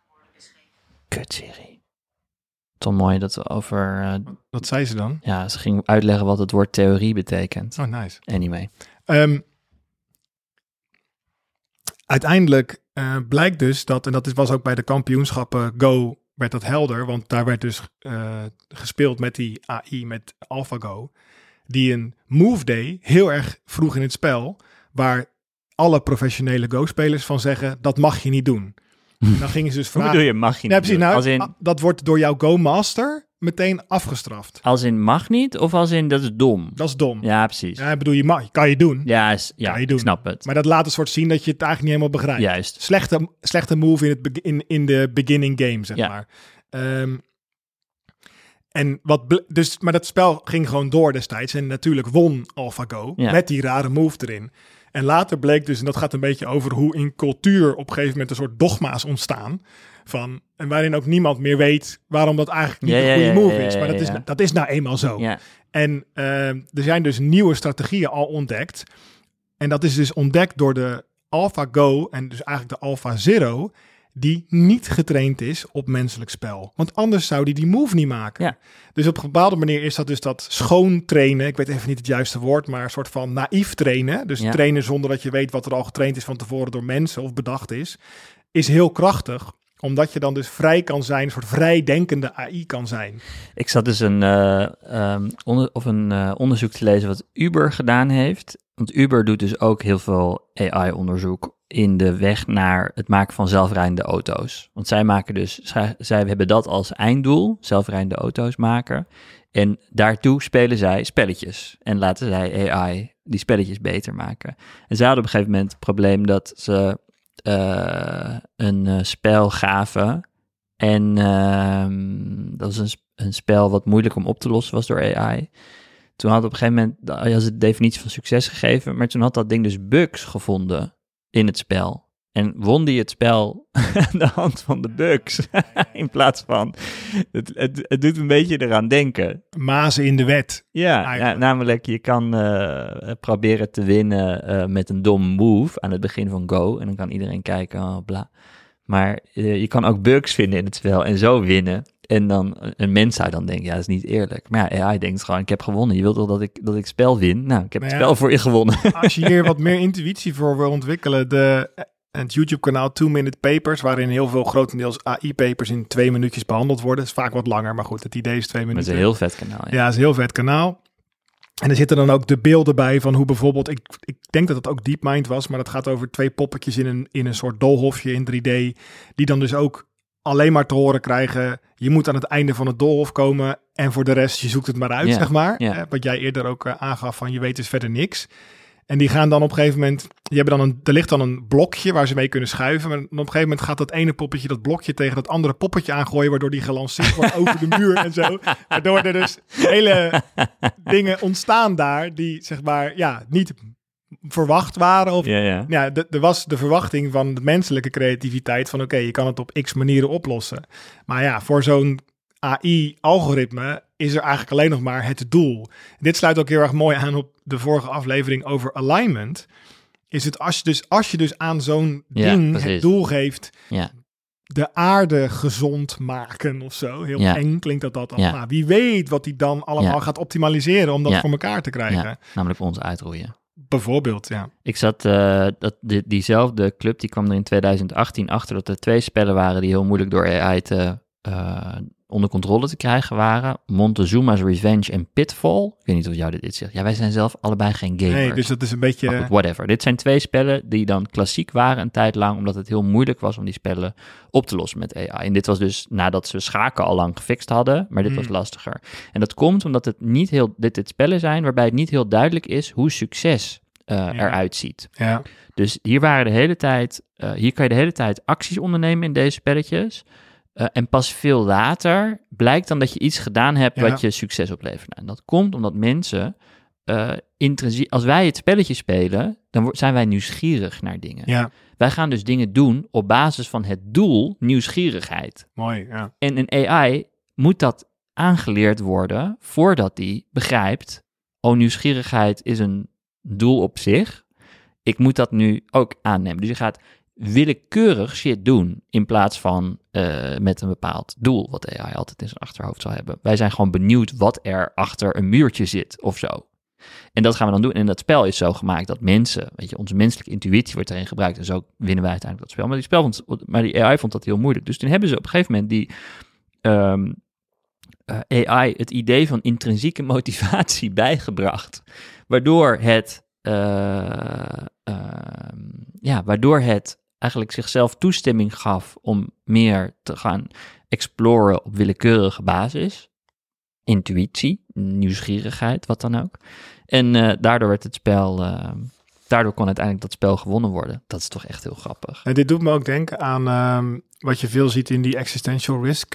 Kut, Siri. Toch mooi dat we over... Wat zei ze dan? Ja, ze ging uitleggen wat het woord theorie betekent. Oh, nice. Anyway. Uiteindelijk blijkt dus dat, en dat was ook bij de kampioenschappen Go, werd dat helder, want daar werd dus gespeeld met die AI, met AlphaGo, die een move day heel erg vroeg in het spel, waar alle professionele Go-spelers van zeggen, dat mag je niet doen. En dan gingen ze dus vragen... Hoe bedoel je, mag je niet precies, doen? nou, Als in, dat wordt door jouw Go-master meteen afgestraft. als in mag niet of als in dat is dom? Dat is dom. Ja, precies. Ja, ik bedoel, kan je doen. Ja, Kan je doen. ik snap het. Maar dat laat een soort zien dat je het eigenlijk niet helemaal begrijpt. Juist. Slechte move in de beginning game, zeg Ja. maar. Maar dat spel ging gewoon door destijds. En natuurlijk won AlphaGo met die rare move erin. En later bleek dus, en dat gaat een beetje over hoe in cultuur op een gegeven moment een soort dogma's ontstaan. En waarin ook niemand meer weet waarom dat eigenlijk niet een goede move is. Maar dat is nou eenmaal zo. Ja. En er zijn dus nieuwe strategieën al ontdekt. En dat is dus ontdekt door de AlphaGo en dus eigenlijk de AlphaZero, die niet getraind is op menselijk spel. Want anders zou die move niet maken. Ja. Dus op een bepaalde manier is dat dus dat schoon trainen. Ik weet even niet het juiste woord, maar een soort van naïef trainen. Dus trainen zonder dat je weet wat er al getraind is van tevoren door mensen of bedacht is heel krachtig. Omdat je dan dus vrij kan zijn, een soort vrijdenkende AI kan zijn. Ik zat dus een onderzoek te lezen wat Uber gedaan heeft. Want Uber doet dus ook heel veel AI-onderzoek in de weg naar het maken van zelfrijdende auto's. Want zij hebben dat als einddoel, zelfrijdende auto's maken. En daartoe spelen zij spelletjes en laten zij AI die spelletjes beter maken. En zij hadden op een gegeven moment het probleem dat ze een spel gaven. En dat was een spel wat moeilijk om op te lossen was door AI. Toen had op een gegeven moment, je had de definitie van succes gegeven, maar toen had dat ding dus bugs gevonden in het spel. En won die het spel aan de hand van de bugs. In plaats van, het doet een beetje eraan denken. Mazen in de wet. Ja, namelijk je kan proberen te winnen met een dom move aan het begin van Go. En dan kan iedereen kijken, oh, bla. Maar je kan ook bugs vinden in het spel en zo winnen. En dan een mens zou dan denken, ja, dat is niet eerlijk. Maar ja, AI denkt gewoon, ik heb gewonnen. Je wilt toch dat ik spel win? Nou, ik heb het spel voor je gewonnen. Als je hier wat meer intuïtie voor wil ontwikkelen, het YouTube-kanaal 2-Minute Papers, waarin heel veel grotendeels AI-papers in 2 minuutjes behandeld worden. Dat is vaak wat langer, maar goed, het idee is 2 minuten. Het is een heel vet kanaal. Ja, het is een heel vet kanaal. En er zitten dan ook de beelden bij van hoe bijvoorbeeld, ik denk dat het ook DeepMind was, maar dat gaat over 2 poppetjes in een soort doolhofje in 3D, die dan dus ook alleen maar te horen krijgen, je moet aan het einde van het doolhof komen en voor de rest, je zoekt het maar uit, zeg maar. Ja. Wat jij eerder ook aangaf van, je weet dus verder niks. En die gaan dan op een gegeven moment, er ligt dan een blokje waar ze mee kunnen schuiven. Maar op een gegeven moment gaat dat ene poppetje dat blokje tegen dat andere poppetje aangooien, waardoor die gelanceerd wordt over de muur en zo. Waardoor er dus hele dingen ontstaan daar die, zeg maar, niet verwacht waren. Of, er was de verwachting van de menselijke creativiteit van oké, je kan het op x manieren oplossen. Maar ja, voor zo'n AI-algoritme is er eigenlijk alleen nog maar het doel. Dit sluit ook heel erg mooi aan op de vorige aflevering over alignment. Is het als je dus aan zo'n ding het doel geeft, de aarde gezond maken of zo. Heel eng klinkt dat al. Ja. Nou, wie weet wat hij dan allemaal gaat optimaliseren om dat voor elkaar te krijgen. Ja, namelijk ons uitroeien. Bijvoorbeeld, ja. Ik zat, diezelfde club, die kwam er in 2018 achter dat er 2 spellen waren die heel moeilijk door AI onder controle te krijgen waren. Montezuma's Revenge en Pitfall. Ik weet niet of jou dit zegt. Ja, wij zijn zelf allebei geen gamers. Nee, dus dat is een beetje... Maar goed, whatever. Dit zijn 2 spellen die dan klassiek waren een tijd lang, omdat het heel moeilijk was om die spellen op te lossen met AI. En dit was dus nadat ze schaken al lang gefixt hadden, maar dit was lastiger. En dat komt omdat het niet dit spellen zijn waarbij het niet heel duidelijk is hoe succes eruit ziet. Ja. Dus hier kan je de hele tijd acties ondernemen in deze spelletjes. En pas veel later blijkt dan dat je iets gedaan hebt wat je succes oplevert. En dat komt omdat mensen, als wij het spelletje spelen, dan zijn wij nieuwsgierig naar dingen. Ja. Wij gaan dus dingen doen op basis van het doel nieuwsgierigheid. Mooi, ja. En een AI moet dat aangeleerd worden voordat die begrijpt, nieuwsgierigheid is een doel op zich. Ik moet dat nu ook aannemen. Dus je gaat willekeurig shit doen in plaats van met een bepaald doel wat AI altijd in zijn achterhoofd zal hebben. Wij zijn gewoon benieuwd wat er achter een muurtje zit of zo. En dat gaan we dan doen. En dat spel is zo gemaakt dat mensen, weet je, onze menselijke intuïtie wordt erin gebruikt. En zo winnen wij uiteindelijk dat spel. Maar die AI vond dat heel moeilijk. Dus toen hebben ze op een gegeven moment die AI het idee van intrinsieke motivatie bijgebracht. Waardoor het eigenlijk zichzelf toestemming gaf om meer te gaan exploren op willekeurige basis. Intuïtie, nieuwsgierigheid, wat dan ook. En daardoor werd het spel, daardoor kon uiteindelijk dat spel gewonnen worden. Dat is toch echt heel grappig. En dit doet me ook denken aan wat je veel ziet in die existential risk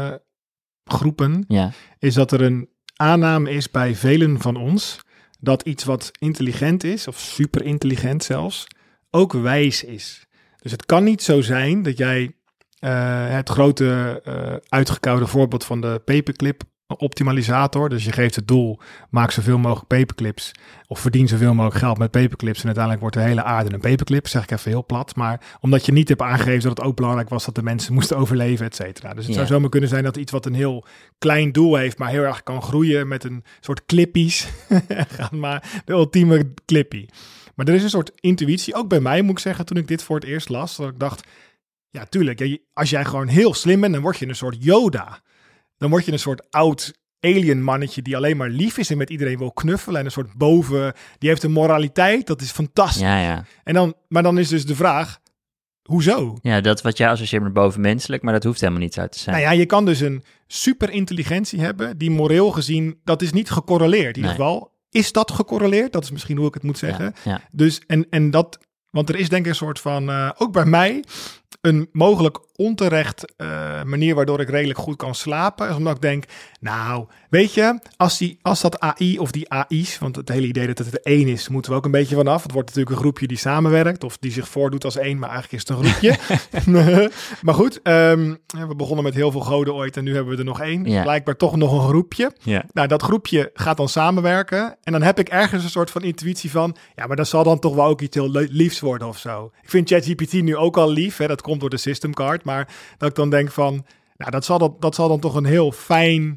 groepen. Ja. Is dat er een aanname is bij velen van ons dat iets wat intelligent is, of super intelligent zelfs, ook wijs is. Dus het kan niet zo zijn dat jij het grote uitgekoude voorbeeld van de paperclip optimalisator. Dus je geeft het doel, maak zoveel mogelijk paperclips of verdien zoveel mogelijk geld met paperclips en uiteindelijk wordt de hele aarde een paperclip, zeg ik even heel plat. Maar omdat je niet hebt aangegeven dat het ook belangrijk was dat de mensen moesten overleven, et cetera. Dus het zou zomaar kunnen zijn dat iets wat een heel klein doel heeft, maar heel erg kan groeien met een soort clippies. Maar de ultieme clippie. Maar er is een soort intuïtie, ook bij mij moet ik zeggen, toen ik dit voor het eerst las, dat ik dacht, ja tuurlijk, als jij gewoon heel slim bent, dan word je een soort Yoda. Dan word je een soort oud alien mannetje die alleen maar lief is en met iedereen wil knuffelen. En een soort die heeft een moraliteit, dat is fantastisch. Ja. Maar dan is dus de vraag, hoezo? Ja, dat wat jij associeert met bovenmenselijk, maar dat hoeft helemaal niet zo te zijn. Nou ja, je kan dus een superintelligentie hebben die moreel gezien, dat is niet gecorreleerd. In ieder geval, is dat gecorreleerd? Dat is misschien hoe ik het moet zeggen. Ja. Dus, en dat, want er is denk ik een soort van, ook bij mij, een mogelijk onterecht manier waardoor ik redelijk goed kan slapen. Is omdat ik denk, nou, weet je, als dat AI of die AI's, want het hele idee dat het er één is, moeten we ook een beetje vanaf. Het wordt natuurlijk een groepje die samenwerkt of die zich voordoet als één, maar eigenlijk is het een groepje. Maar goed, we begonnen met heel veel goden ooit en nu hebben we er nog één. Ja. Blijkbaar toch nog een groepje. Ja. Nou, dat groepje gaat dan samenwerken en dan heb ik ergens een soort van intuïtie van, ja, maar dat zal dan toch wel ook iets heel liefs worden of zo. Ik vind ChatGPT nu ook al lief, hè, dat komt door de system card, maar dat ik dan denk van, nou, dat zal dan toch een heel fijn,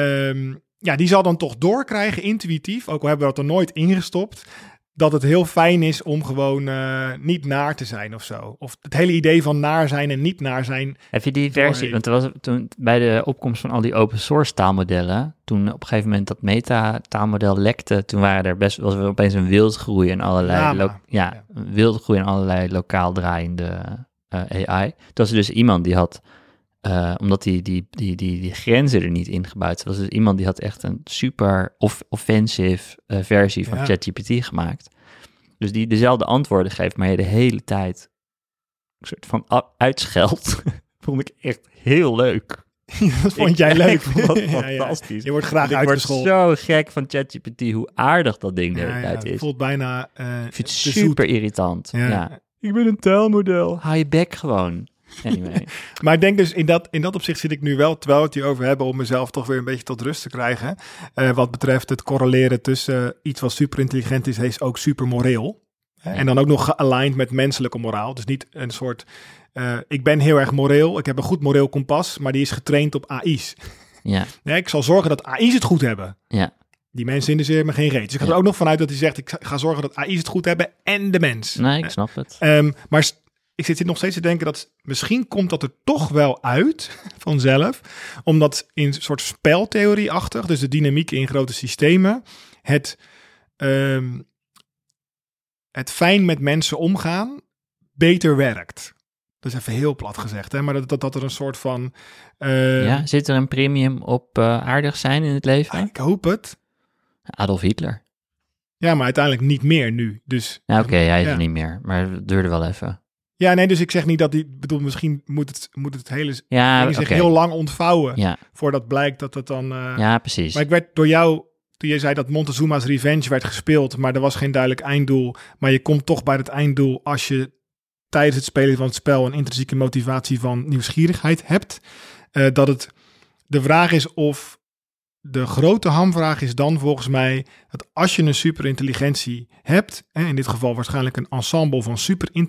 die zal dan toch doorkrijgen intuïtief, ook al hebben we dat er nooit ingestopt, dat het heel fijn is om gewoon niet naar te zijn of zo. Of het hele idee van naar zijn en niet naar zijn. Heb je die versie, want er was toen bij de opkomst van al die open source taalmodellen, toen op een gegeven moment dat meta-taalmodel lekte, toen was er opeens een wildgroei en allerlei, wildgroei en allerlei lokaal draaiende AI. Toen was er dus iemand die had, omdat die grenzen er niet ingebouwd was, dus iemand die had echt een super offensive versie van ChatGPT gemaakt. Dus die dezelfde antwoorden geeft, maar je de hele tijd een soort van uitscheldt. Vond ik echt heel leuk. Dat vond jij leuk? Ik vond dat fantastisch. Je wordt graag uitgescholden. Ik word zo gek van ChatGPT, hoe aardig dat ding de hele tijd is. Het voelt bijna ik vind het super irritant. Ja. Ik ben een taalmodel. Hou je bek gewoon. Anyway. Maar ik denk dus, in dat opzicht zit ik nu wel, terwijl we het hier over hebben, om mezelf toch weer een beetje tot rust te krijgen. Wat betreft het correleren tussen iets wat super intelligent is ook super moreel. Ja. En dan ook nog gealigned met menselijke moraal. Dus niet een soort, ik ben heel erg moreel, ik heb een goed moreel kompas, maar die is getraind op AI's. Ja. Nee, ik zal zorgen dat AI's het goed hebben. Ja. Die mensen interesseren me geen reet. Dus ik ga er ook nog vanuit dat hij zegt, ik ga zorgen dat AI's het goed hebben en de mens. Nee, ik snap het. Maar ik zit nog steeds te denken dat misschien komt dat er toch wel uit vanzelf. Omdat in een soort speltheorie-achtig, dus de dynamiek in grote systemen, het fijn met mensen omgaan beter werkt. Dat is even heel plat gezegd, hè? Maar dat er een soort van... zit er een premium op aardig zijn in het leven? Ik hoop het. Adolf Hitler. Ja, maar uiteindelijk niet meer nu. Dus, ja, oké, hij is er niet meer. Maar het duurde wel even. Ja, nee, dus ik zeg niet dat bedoel, misschien moet het hele ding zich heel lang ontvouwen voordat blijkt dat het dan... ja, precies. Maar ik werd door jou, toen je zei dat Montezuma's Revenge werd gespeeld, maar er was geen duidelijk einddoel, maar je komt toch bij het einddoel als je tijdens het spelen van het spel een intrinsieke motivatie van nieuwsgierigheid hebt. Dat het de vraag is of de grote hamvraag is dan volgens mij dat als je een superintelligentie hebt, in dit geval waarschijnlijk een ensemble van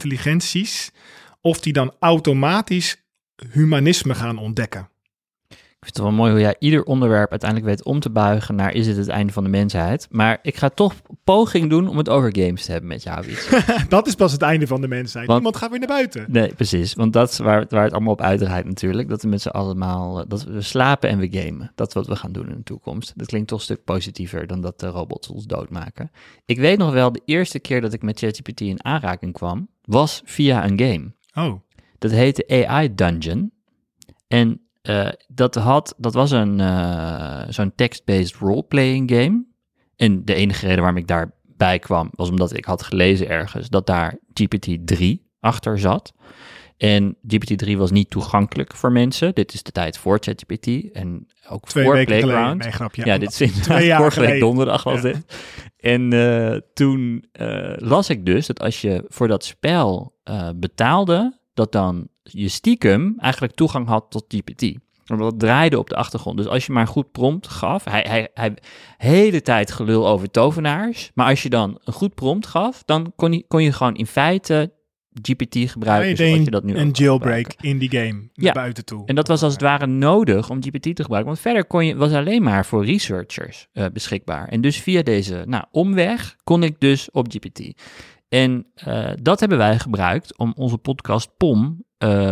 superintelligenties, of die dan automatisch humanisme gaan ontdekken. Ik vind het wel mooi hoe jij ieder onderwerp uiteindelijk weet om te buigen naar is het einde van de mensheid. Maar ik ga toch poging doen om het over games te hebben met jou, Wietse. Dat is pas het einde van de mensheid. Niemand gaat weer naar buiten. Nee, precies. Want dat is waar het allemaal op uitdraait natuurlijk. Dat we met z'n allemaal, dat we slapen en we gamen. Dat is wat we gaan doen in de toekomst. Dat klinkt toch een stuk positiever dan dat de robots ons doodmaken. Ik weet nog wel, de eerste keer dat ik met ChatGPT in aanraking kwam, was via een game. Oh. Dat heette AI Dungeon. En dat was zo'n text-based role-playing game. En de enige reden waarom ik daarbij kwam, was omdat ik had gelezen ergens dat daar GPT-3 achter zat. En GPT-3 was niet toegankelijk voor mensen. Dit is de tijd voor ChatGPT en ook 2 voor weken Playground. geleden. Nee, grapje. Ja, dit is inderdaad 2 jaar vorige week geleden. donderdag was dit. En toen las ik dus dat als je voor dat spel betaalde, dat dan je stiekem eigenlijk toegang had tot GPT. Want dat draaide op de achtergrond. Dus als je maar een goed prompt gaf, hij hele tijd gelul over tovenaars, maar als je dan een goed prompt gaf, dan kon je gewoon in feite GPT gebruiken zoals je dat nu een ook jailbreak gebruiken. in die game naar buiten toe. En dat was als het ware nodig om GPT te gebruiken. Want verder was alleen maar voor researchers beschikbaar. En dus via deze omweg kon ik dus op GPT. En dat hebben wij gebruikt om onze podcast POM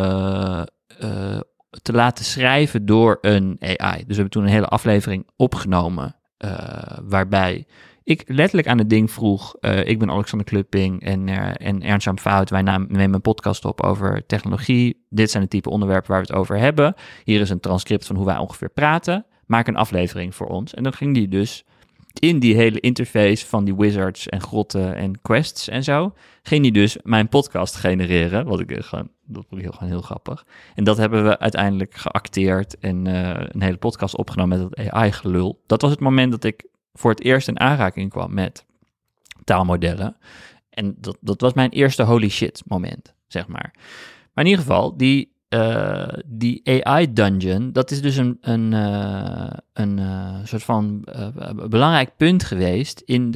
te laten schrijven door een AI. Dus we hebben toen een hele aflevering opgenomen waarbij ik letterlijk aan het ding vroeg, ik ben Alexander Klupping en Ernst-Jan Fout, wij nemen een podcast op over technologie. Dit zijn de type onderwerpen waar we het over hebben. Hier is een transcript van hoe wij ongeveer praten. Maak een aflevering voor ons. En dan ging die dus in die hele interface van die wizards en grotten en quests en zo, ging die dus mijn podcast genereren, dat vond ik gewoon heel grappig. En dat hebben we uiteindelijk geacteerd en een hele podcast opgenomen met dat AI-gelul. Dat was het moment dat ik voor het eerst in aanraking kwam met taalmodellen. En dat was mijn eerste holy shit moment, zeg maar. Maar in ieder geval, die AI Dungeon, dat is dus een soort van belangrijk punt geweest in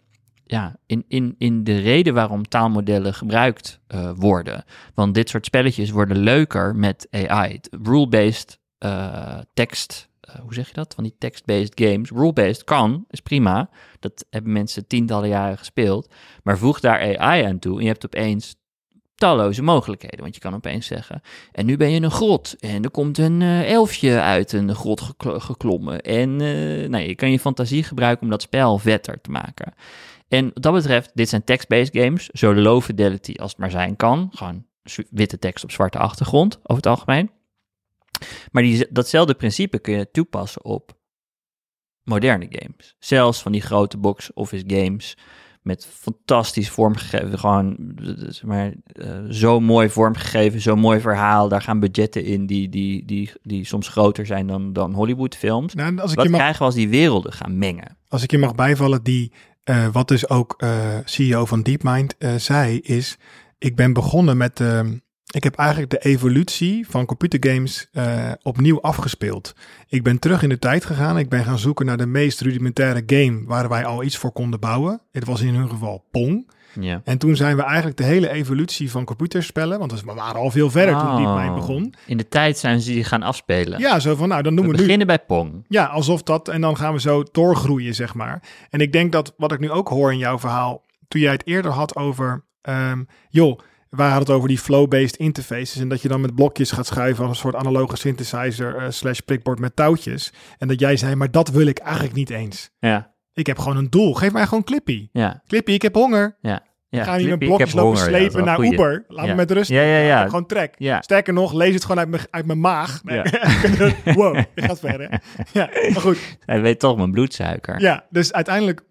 de reden waarom taalmodellen gebruikt worden. Want dit soort spelletjes worden leuker met AI. Rule-based text, hoe zeg je dat? Van die text-based games. Rule-based is prima. Dat hebben mensen tientallen jaren gespeeld. Maar voeg daar AI aan toe en je hebt opeens talloze mogelijkheden. Want je kan opeens zeggen, en nu ben je in een grot en er komt een elfje uit een grot geklommen. En je kan je fantasie gebruiken om dat spel vetter te maken. En wat dat betreft, dit zijn text-based games, zo low fidelity als het maar zijn kan. Gewoon witte tekst op zwarte achtergrond, over het algemeen. Maar datzelfde principe kun je toepassen op moderne games. Zelfs van die grote box office games met fantastisch vormgegeven, gewoon zo mooi vormgegeven, zo mooi verhaal. Daar gaan budgetten in die soms groter zijn dan Hollywoodfilms. Nou, Wat krijgen we als die werelden gaan mengen? Als ik je mag bijvallen, wat dus ook CEO van DeepMind zei, is: ik ben begonnen met ik heb eigenlijk de evolutie van computergames opnieuw afgespeeld. Ik ben terug in de tijd gegaan. Ik ben gaan zoeken naar de meest rudimentaire game waar wij al iets voor konden bouwen. Het was in hun geval Pong. Ja. En toen zijn we eigenlijk de hele evolutie van computerspellen, want we waren al veel verder toen DeepMind begon. In de tijd zijn ze die gaan afspelen. Ja, zo van, dan doen we beginnen nu bij Pong. Ja, alsof dat, en dan gaan we zo doorgroeien, zeg maar. En ik denk dat, wat ik nu ook hoor in jouw verhaal, toen jij het eerder had over, wij hadden het over die flow-based interfaces en dat je dan met blokjes gaat schuiven als een soort analoge synthesizer / prikbord met touwtjes. En dat jij zei, maar dat wil ik eigenlijk niet eens. Ja. Ik heb gewoon een doel. Geef mij gewoon Clippy. Ja. Clippy, ik heb honger. Ja. Ja, ga je met blokjes lopen slepen naar Uber. Laat me met rust. Ja. Gewoon trek. Ja. Sterker nog, lees het gewoon uit mijn maag. Nee. Ja. Wow, dit gaat verder. Ja, maar goed. Hij weet toch mijn bloedsuiker. Ja, dus uiteindelijk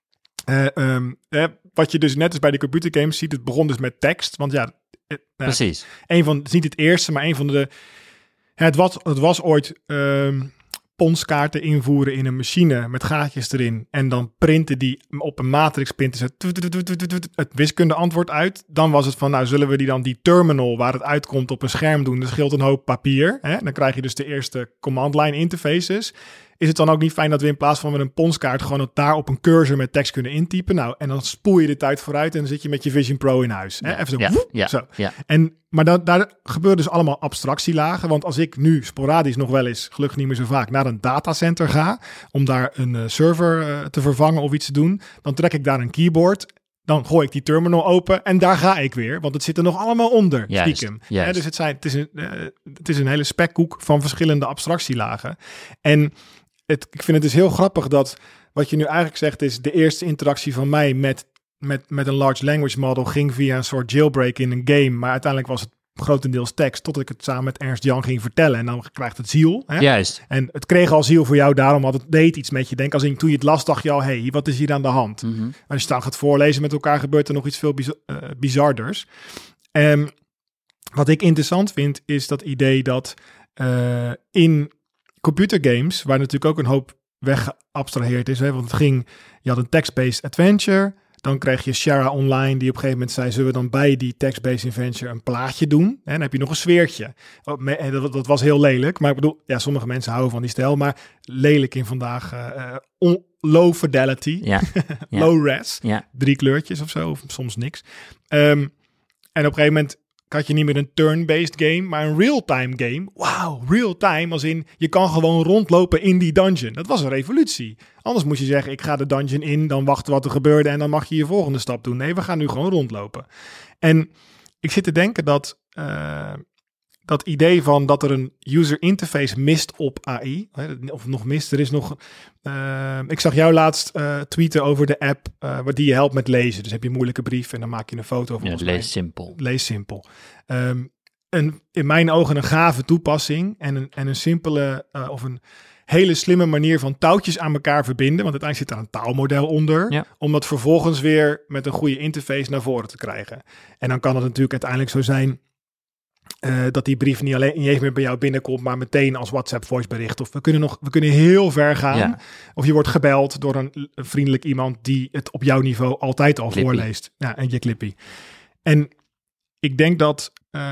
wat je dus net als bij de computergames ziet, het begon dus met tekst. Want precies. Het is niet het eerste, maar een van de... Het was ooit ponskaarten invoeren in een machine met gaatjes erin. En dan printen die op een matrix printen ze het wiskundeantwoord uit. Dan was het van, zullen we die terminal waar het uitkomt op een scherm doen. Dat scheelt een hoop papier. Hè? Dan krijg je dus de eerste command line interfaces. is het dan ook niet fijn dat we in plaats van met een ponskaart gewoon het daar op een cursor met tekst kunnen intypen? Nou, en dan spoel je de tijd vooruit en dan zit je met je Vision Pro in huis. Hè? Even zo. Zo. Ja. Maar daar gebeuren dus allemaal abstractielagen. Want als ik nu sporadisch nog wel eens, gelukkig niet meer zo vaak, naar een datacenter ga om daar een server te vervangen of iets te doen, dan trek ik daar een keyboard. Dan gooi ik die terminal open en daar ga ik weer. Want het zit er nog allemaal onder, stiekem. Juist. Dus het is een hele spekkoek van verschillende abstractielagen. En ik vind het dus heel grappig dat wat je nu eigenlijk zegt is, de eerste interactie van mij met een large language model ging via een soort jailbreak in een game. Maar uiteindelijk was het grotendeels tekst, tot ik het samen met Ernst Jan ging vertellen. En dan krijgt het ziel. Hè? Juist. En het kreeg al ziel voor jou, daarom deed iets met je. Denk als toen je het las, dacht je al, hey, wat is hier aan de hand? Mm-hmm. Maar als je dan gaat voorlezen met elkaar, gebeurt er nog iets veel bizarders. Wat ik interessant vind, is dat idee dat in computergames, waar natuurlijk ook een hoop weggeabstraheerd is, hè, want je had een text-based adventure. Dan kreeg je Shara Online, die op een gegeven moment zei, zullen we dan bij die text-based adventure een plaatje doen? En dan heb je nog een sfeertje. Dat was heel lelijk, maar ik bedoel, ja, sommige mensen houden van die stijl, maar lelijk in vandaag low fidelity, low res, 3 kleurtjes of zo, of soms niks. En op een gegeven moment had je niet meer een turn-based game, maar een real-time game. Wauw, real-time, als in je kan gewoon rondlopen in die dungeon. Dat was een revolutie. Anders moest je zeggen, ik ga de dungeon in, dan wachten wat er gebeurde en dan mag je je volgende stap doen. Nee, we gaan nu gewoon rondlopen. En ik zit te denken dat idee van dat er een user interface mist op AI, of nog mist, er is nog... ik zag jou laatst tweeten over de app die je helpt met lezen. Dus heb je een moeilijke brief en dan maak je een foto van. Lees simpel. Lees simpel. In mijn ogen een gave toepassing en een simpele of een hele slimme manier van touwtjes aan elkaar verbinden. Want uiteindelijk zit daar een taalmodel onder. Om dat vervolgens weer met een goede interface naar voren te krijgen. En dan kan het natuurlijk uiteindelijk zo zijn dat die brief niet eens meer bij jou binnenkomt, maar meteen als WhatsApp voicebericht. Of we kunnen heel ver gaan. Ja. Of je wordt gebeld door een vriendelijk iemand die het op jouw niveau altijd al Clippy voorleest. Ja, en je Clippy. En ik denk dat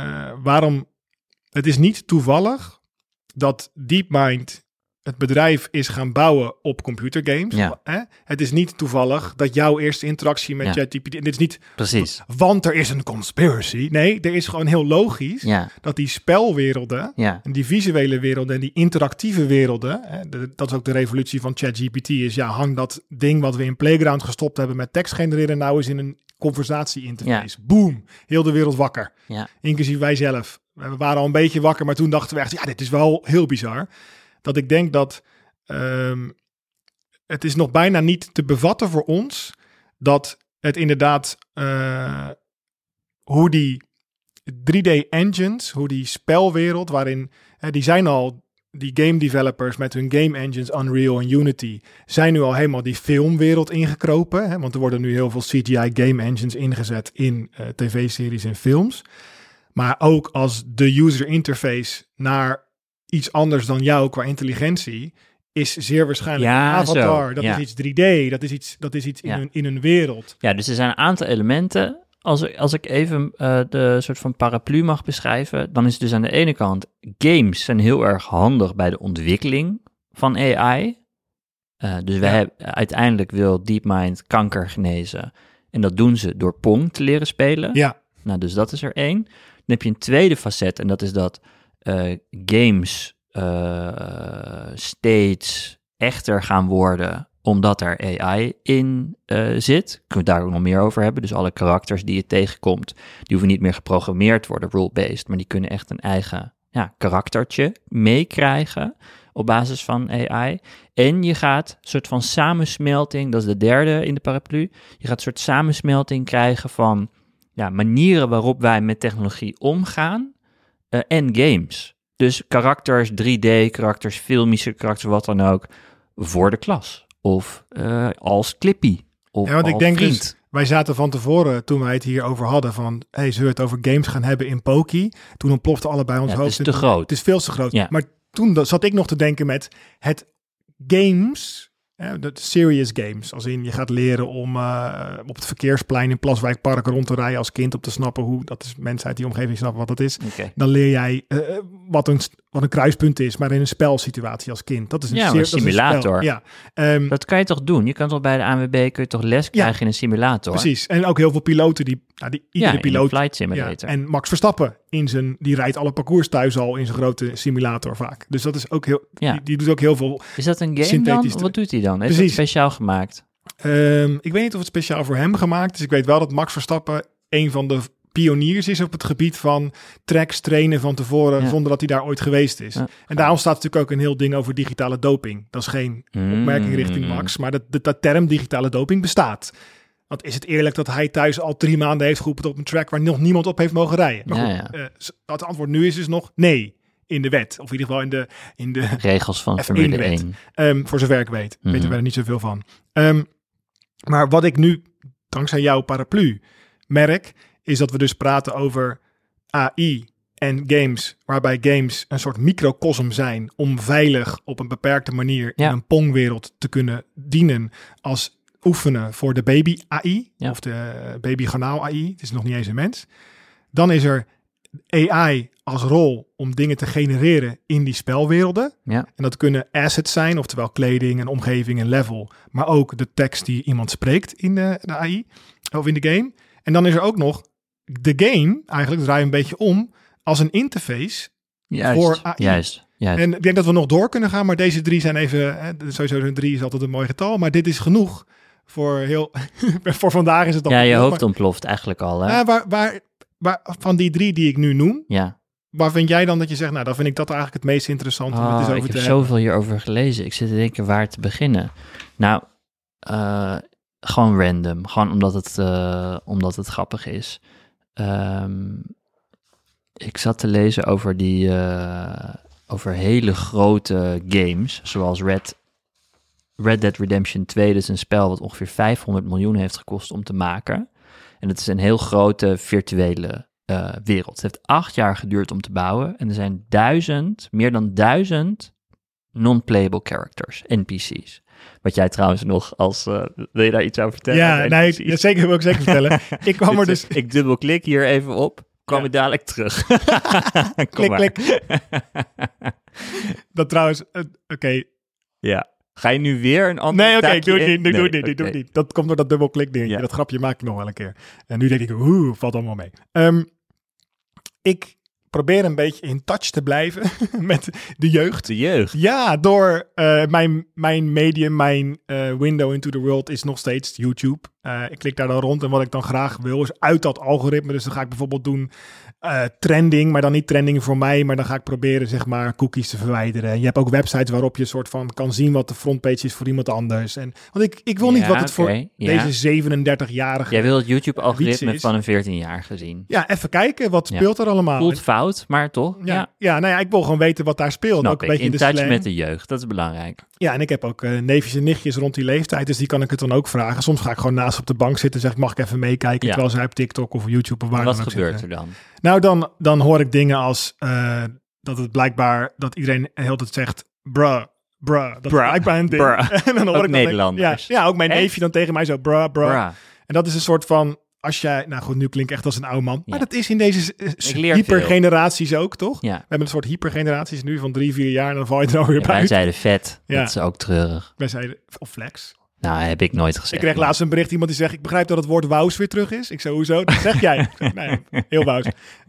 het is niet toevallig dat DeepMind het bedrijf is gaan bouwen op computergames. Ja. Het is niet toevallig dat jouw eerste interactie met ChatGPT... Dit is niet... Precies. Want er is een conspiracy. Nee, er is gewoon heel logisch dat die spelwerelden... en die visuele werelden en die interactieve werelden... dat is ook de revolutie van ChatGPT... is hang dat ding wat we in Playground gestopt hebben... met tekst genereren nou eens in een conversatie-interface. Ja. Boom! Heel de wereld wakker. Ja. Inclusief wij zelf. We waren al een beetje wakker, maar toen dachten we echt... dit is wel heel bizar... Dat ik denk dat het is nog bijna niet te bevatten voor ons dat het inderdaad hoe die 3D engines, hoe die spelwereld waarin die zijn al die game developers met hun game engines Unreal en Unity zijn nu al helemaal die filmwereld ingekropen, hè, want er worden nu heel veel CGI game engines ingezet in tv-series en films. Maar ook als de user interface naar iets anders dan jou qua intelligentie is zeer waarschijnlijk een avatar. Zo, dat is iets 3D. Dat is iets in een wereld. Ja, dus er zijn een aantal elementen. Als ik even de soort van paraplu mag beschrijven, dan is het dus aan de ene kant, games zijn heel erg handig bij de ontwikkeling van AI. Dus uiteindelijk wil DeepMind kanker genezen. En dat doen ze door Pong te leren spelen. Ja. Nou, dus dat is er één. Dan heb je een tweede facet en dat is dat games steeds echter gaan worden omdat er AI in zit. Kunnen we daar ook nog meer over hebben. Dus alle karakters die je tegenkomt, die hoeven niet meer geprogrammeerd te worden, rule-based, maar die kunnen echt een eigen karaktertje meekrijgen op basis van AI. En je gaat een soort van samensmelting, dat is de derde in de paraplu, je gaat een soort samensmelting krijgen van manieren waarop wij met technologie omgaan en games. Dus karakters, 3D, karakters, filmische karakters, wat dan ook, voor de klas. Of als Clippy. Of want ik denk vriend. Dus, wij zaten van tevoren, toen wij het hierover hadden, van zullen we het over games gaan hebben in Poki? Toen ontplofte allebei ons hoofd. Het is te groot. Het is veel te groot. Ja. Maar toen zat ik nog te denken met het games, de serious games. Als in je gaat leren om op het verkeersplein in Plaswijkpark rond te rijden als kind, om te snappen hoe, dat is mensen uit die omgeving snappen wat dat is. Okay. Dan leer jij wat een kruispunt is, maar in een spelsituatie als kind. Dat is een simulator. Ja. Dat kan je toch doen? Je kan toch bij de ANWB les krijgen in een simulator? Precies. En ook heel veel piloten iedere piloot. In Flight Simulator. Ja, en Max Verstappen die rijdt alle parcours thuis al in zijn grote simulator vaak. Dus dat is ook heel. Ja. Die doet ook heel veel. Is dat een game dan? Wat doet hij dan? Is het speciaal gemaakt? Ik weet niet of het speciaal voor hem gemaakt is. Ik weet wel dat Max Verstappen een van de pioniers is op het gebied van tracks trainen van tevoren zonder dat hij daar ooit geweest is. Ja. En daarom staat natuurlijk ook een heel ding over digitale doping. Dat is geen opmerking richting Max, maar dat term digitale doping bestaat. Want is het eerlijk dat hij thuis al 3 maanden heeft geroepen op een track waar nog niemand op heeft mogen rijden? Maar goed, het antwoord nu is dus nog nee in de wet. Of in ieder geval in de regels van Formule 1. Voor zover ik weet. Weten we er niet zoveel van. Maar wat ik nu, dankzij jouw paraplu, merk, is dat we dus praten over AI en games, waarbij games een soort microcosm zijn om veilig op een beperkte manier in een Pong-wereld te kunnen dienen als oefenen voor de baby AI of de baby garnaal AI. Het is nog niet eens een mens. Dan is er AI als rol om dingen te genereren in die spelwerelden. Ja. En dat kunnen assets zijn, oftewel kleding en omgeving en level, maar ook de tekst die iemand spreekt in de AI of in de game. En dan is er ook nog de game, eigenlijk draai je een beetje om, als een interface voor AI. Juist. En ik denk dat we nog door kunnen gaan, maar deze 3 zijn even, sowieso een 3 is altijd een mooi getal, maar dit is genoeg voor voor vandaag is het al. Ja, je hoofd ontploft eigenlijk al. Hè? Waar van die 3 die ik nu noem, waar vind jij dan dat je zegt, nou, dan vind ik dat eigenlijk het meest interessant om het eens over te hebben. Ik heb zoveel hierover gelezen. Ik zit te denken waar te beginnen. Nou, gewoon random. Gewoon omdat het grappig is. Ik zat te lezen over over hele grote games, zoals Red Dead Redemption 2. Dat is een spel wat ongeveer 500 miljoen heeft gekost om te maken. En het is een heel grote virtuele wereld. Het heeft 8 jaar geduurd om te bouwen. En er zijn meer dan 1000 non-playable characters, NPC's. Wat jij trouwens nog wil je daar iets over vertellen? Ja, nee, zeker wil ik zeker vertellen. Ik kwam er dus... Ik dubbelklik hier even op. Kwam ik dadelijk terug. Klik. Dat trouwens, oké. Ja. Ga je nu weer een ander... Nee, oké, ik doe het niet. Dat komt door dat dubbelklik dingetje. Ja. Dat grapje maak ik nog wel een keer. En nu denk ik, valt allemaal mee. Ik probeer een beetje in touch te blijven met de jeugd. De jeugd? Ja, door mijn medium, mijn window into the world is nog steeds YouTube. Ik klik daar dan rond en wat ik dan graag wil is uit dat algoritme. Dus dan ga ik bijvoorbeeld doen trending, maar dan niet trending voor mij, maar dan ga ik proberen zeg maar cookies te verwijderen. En je hebt ook websites waarop je soort van kan zien wat de frontpage is voor iemand anders. Want ik wil niet wat het voor deze 37-jarige... Jij wil het YouTube-algoritme van een 14-jarige zien. Ja, even kijken, wat speelt er allemaal? Voelt fout, maar toch? Ja, nou ja, ik wil gewoon weten wat daar speelt. Snap ook een beetje in de touch slang. met de jeugd, dat is belangrijk. Ja, en ik heb ook neefjes en nichtjes rond die leeftijd, dus die kan ik het dan ook vragen. Soms ga ik gewoon naast op de bank zitten en zeg ik, mag ik even meekijken, terwijl zij op TikTok of YouTube of waar dan ook zitten. Wat gebeurt er dan? Nou, dan hoor ik dingen als dat het blijkar dat iedereen de hele tijd zegt, bruh. Dat is blijkbaar een ding. En dan hoor ook ik Nederlanders. Ja, ook mijn neefje dan tegen mij zo, bruh. En dat is een soort van, als jij, nou goed, nu klink ik echt als een oude man. Maar dat is in deze hypergeneraties ook, toch? Ja. We hebben een soort hypergeneraties nu van 3-4 jaar en dan val je er alweer bij. Wij zeiden vet, dat is ook treurig. Wij zeiden, of flex. Nou, heb ik nooit gezegd. Ik kreeg laatst een bericht, iemand die zegt, ik begrijp dat het woord wous weer terug is. Ik zei, hoezo? Dat zeg jij. Nee, heel wous.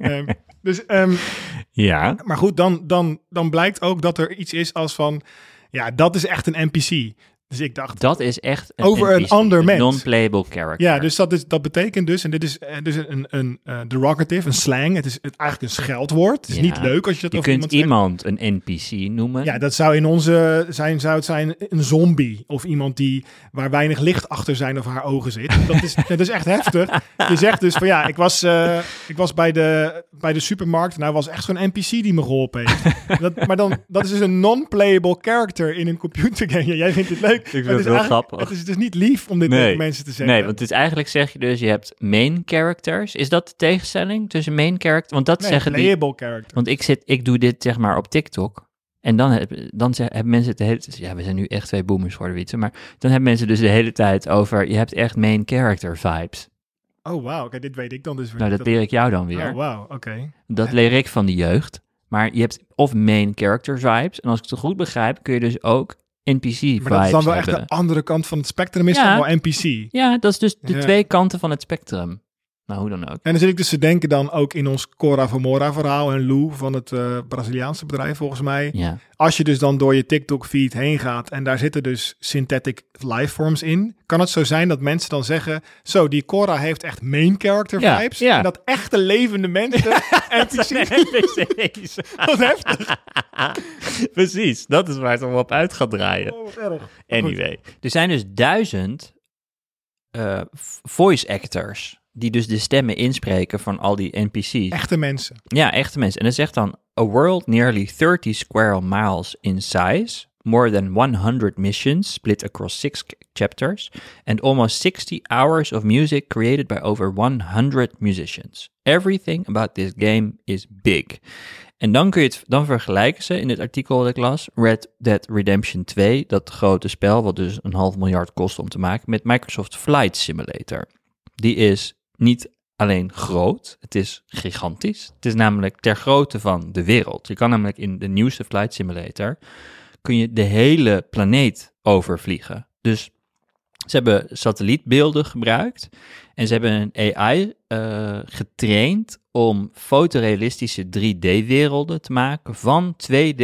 Ja. Maar goed, dan blijkt ook dat er iets is als van, ja, dat is echt een NPC. Dus ik dacht... Dat is echt een over NPC, een ander mens. Non-playable character. Ja, dus dat betekent dus, en dit is dus een derogative, een slang. Het is eigenlijk een scheldwoord. Het is niet leuk als je dat over iemand zegt. Je kunt iemand een NPC noemen. Ja, dat zou in onze zou het zijn een zombie. Of iemand waar weinig licht achter zijn of haar ogen zit. Dat is echt heftig. Je zegt dus van ja, ik was bij de supermarkt. Nou, was echt zo'n NPC die me geholpen heeft. Dat is dus een non-playable character in een computergame. Jij vindt het leuk. Ik vind het heel grappig. Het is dus niet lief om dit tegen mensen te zeggen. Nee, want het is eigenlijk zeg je dus, je hebt main characters. Is dat de tegenstelling tussen main character? Want dat zeggen playable character. Want ik doe dit zeg maar op TikTok. En dan hebben mensen het de hele tijd... Ja, we zijn nu echt 2 boomers voor de wietse. Maar dan hebben mensen dus de hele tijd over... Je hebt echt main character vibes. Oh, wauw. Oké, dit weet ik dan dus weer. Nou, dat leer ik jou dan weer. Oh, wauw. Oké. Dat leer ik van de jeugd. Maar je hebt of main character vibes. En als ik het goed begrijp, kun je dus ook NPC vibes Maar dat is dan wel hebben. echt de andere kant van het spectrum, is Ja. dan wel NPC. Ja, dat is dus de Ja. twee kanten van het spectrum. Nou, hoe dan ook. En dan zit ik dus te denken dan ook in ons Cora Vomora verhaal en Lou van het Braziliaanse bedrijf volgens mij. Ja. Als je dus dan door je TikTok feed heen gaat en daar zitten dus synthetic lifeforms in, kan het zo zijn dat mensen dan zeggen, zo, die Cora heeft echt main character Ja, vibes. ja. En dat echte levende mensen NPC's. Wat heftig. Precies, dat is waar het allemaal op uit gaat draaien. Oh, wat erg. Anyway, er zijn dus 1000 voice actors die dus de stemmen inspreken van al die NPC's. Echte mensen. Ja, echte mensen. En dat zegt dan, a world nearly 30 square miles in size, more than 100 missions split across 6 chapters, and almost 60 hours of music created by over 100 musicians. Everything about this game is big. En dan dan vergelijken ze in dit artikel dat ik las, Red Dead Redemption 2, dat grote spel, wat dus $500 miljoen kost om te maken, met Microsoft Flight Simulator. Die is niet alleen groot, het is gigantisch. Het is namelijk ter grootte van de wereld. Je kan namelijk in de nieuwste Flight Simulator, kun je de hele planeet overvliegen. Dus ze hebben satellietbeelden gebruikt en ze hebben een AI getraind om fotorealistische 3D-werelden te maken van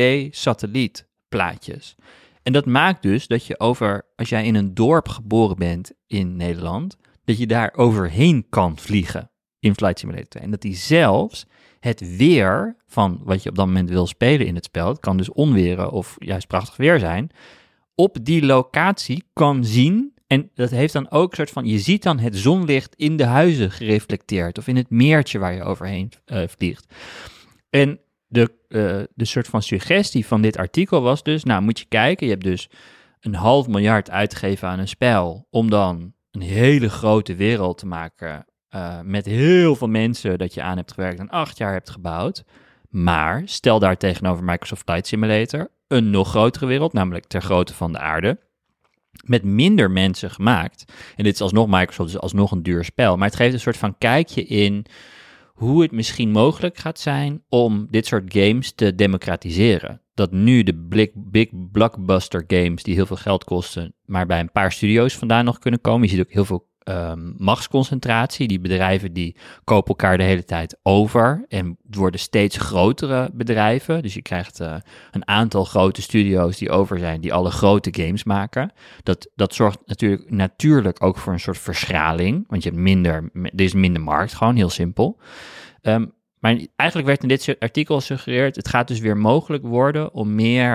2D-satellietplaatjes. En dat maakt dus dat je als jij in een dorp geboren bent in Nederland, dat je daar overheen kan vliegen in Flight Simulator. En dat die zelfs het weer van wat je op dat moment wil spelen in het spel, het kan dus onweren of juist prachtig weer zijn, op die locatie kan zien. En dat heeft dan ook een soort van, je ziet dan het zonlicht in de huizen gereflecteerd of in het meertje waar je overheen vliegt. En de soort van suggestie van dit artikel was dus, nou moet je kijken, je hebt dus $500 miljoen uitgegeven aan een spel om dan een hele grote wereld te maken met heel veel mensen dat je aan hebt gewerkt en 8 jaar hebt gebouwd. Maar stel daar tegenover Microsoft Flight Simulator een nog grotere wereld, namelijk ter grootte van de aarde, met minder mensen gemaakt. En dit is alsnog Microsoft, dus alsnog een duur spel. Maar het geeft een soort van kijkje in hoe het misschien mogelijk gaat zijn om dit soort games te democratiseren. Dat nu de big blockbuster games die heel veel geld kosten, maar bij een paar studio's vandaan nog kunnen komen. Je ziet ook heel veel machtsconcentratie. Die bedrijven die kopen elkaar de hele tijd over en het worden steeds grotere bedrijven. Dus je krijgt een aantal grote studio's die over zijn, die alle grote games maken. Dat zorgt natuurlijk ook voor een soort verschraling, want je hebt er is minder markt, gewoon heel simpel. Maar eigenlijk werd in dit artikel gesuggereerd, het gaat dus weer mogelijk worden om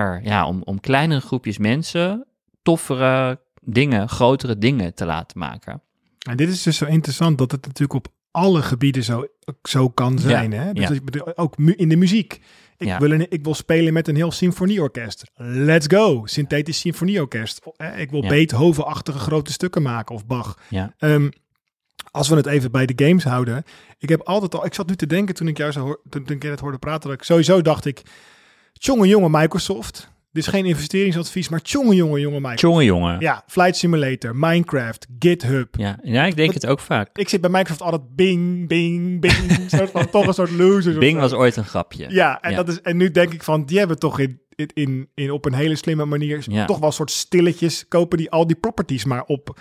om kleinere groepjes mensen toffere dingen, grotere dingen te laten maken. En dit is dus zo interessant dat het natuurlijk op alle gebieden zo kan zijn. Ja, Hè? Dus ja. ook in de muziek. Ja. Ik wil spelen met een heel symfonieorkest. Let's go, synthetisch symfonieorkest. Ik wil Beethoven-achtige grote stukken maken of Bach. Ja. Als we het even bij de games houden. Ik zat nu te denken toen ik het hoorde praten, dat ik sowieso dacht ik, jonge Microsoft. Dit is geen investeringsadvies, maar jonge Microsoft. Jongen. Ja, Flight Simulator, Minecraft, GitHub. Ja, ik denk het ook vaak. Ik zit bij Microsoft altijd bing. Toch een soort losers. Bing was ooit een grapje. Ja, en nu denk ik van, die hebben toch in op een hele slimme manier toch wel een soort stilletjes, kopen die al die properties maar op.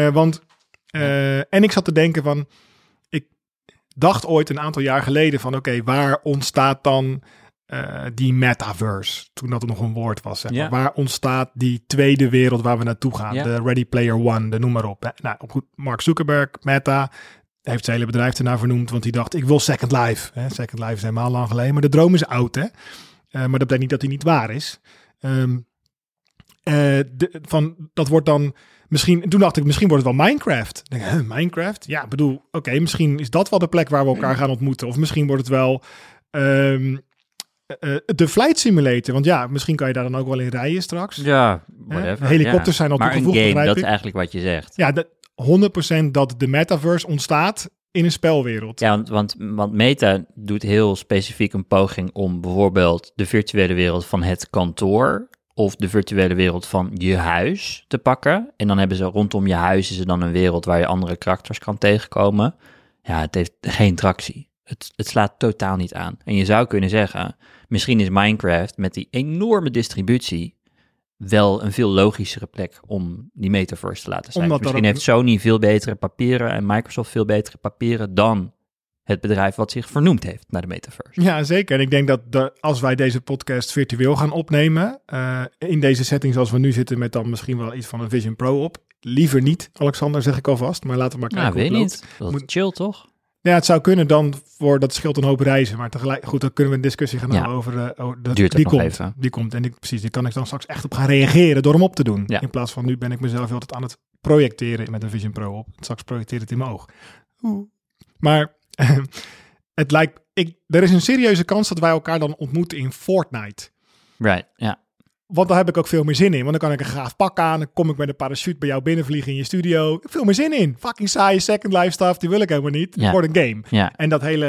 En ik zat te denken van, ik dacht ooit een aantal jaar geleden van, oké, waar ontstaat dan die metaverse, toen dat nog een woord was. Zeg maar. Ja. Waar ontstaat die tweede wereld waar we naartoe gaan? Ja. De Ready Player One, noem maar op. Nou, goed, Mark Zuckerberg, Meta, heeft zijn hele bedrijf ernaar vernoemd, want hij dacht, ik wil Second Life. Second Life is helemaal lang geleden, maar de droom is oud, hè? Maar dat betekent niet dat hij niet waar is. Dat wordt dan toen dacht ik, misschien wordt het wel Minecraft. Ik denk, Minecraft? Ja, bedoel, oké, misschien is dat wel de plek waar we elkaar gaan ontmoeten. Of misschien wordt het wel de Flight Simulator. Want ja, misschien kan je daar dan ook wel in rijden straks. Ja, whatever. Helikopters zijn al toegevoegd. Maar een game, dat ik. is eigenlijk wat je zegt. Ja, 100% dat de metaverse ontstaat in een spelwereld. Ja, want Meta doet heel specifiek een poging om bijvoorbeeld de virtuele wereld van het kantoor of de virtuele wereld van je huis te pakken. En dan hebben ze rondom je huis is er dan een wereld waar je andere karakters kan tegenkomen. Ja, het heeft geen tractie. het slaat totaal niet aan. En je zou kunnen zeggen, misschien is Minecraft met die enorme distributie wel een veel logischere plek om die metaverse te laten zijn. Misschien heeft Sony veel betere papieren en Microsoft veel betere papieren dan het bedrijf wat zich vernoemd heeft naar de metaverse. Ja, zeker. En ik denk dat als wij deze podcast virtueel gaan opnemen, in deze setting zoals we nu zitten met dan misschien wel iets van een Vision Pro op. Liever niet, Alexander, zeg ik alvast. Maar laten we maar kijken weet niet. Dat chill, toch? Ja, het zou kunnen dan, dat scheelt een hoop reizen. Maar tegelijk, goed, dan kunnen we een discussie gaan houden over... Die komt. En die kan ik dan straks echt op gaan reageren door hem op te doen. Ja. In plaats van nu ben ik mezelf altijd aan het projecteren met een Vision Pro op. Straks projecteer het in mijn oog. Maar het lijkt... er is een serieuze kans dat wij elkaar dan ontmoeten in Fortnite. Right, ja. Want daar heb ik ook veel meer zin in. Want dan kan ik een gaaf pak aan. Dan kom ik met een parachute bij jou binnenvliegen in je studio. Ik heb veel meer zin in. Fucking saaie Second Life stuff. Die wil ik helemaal niet. Het wordt een game. Ja. En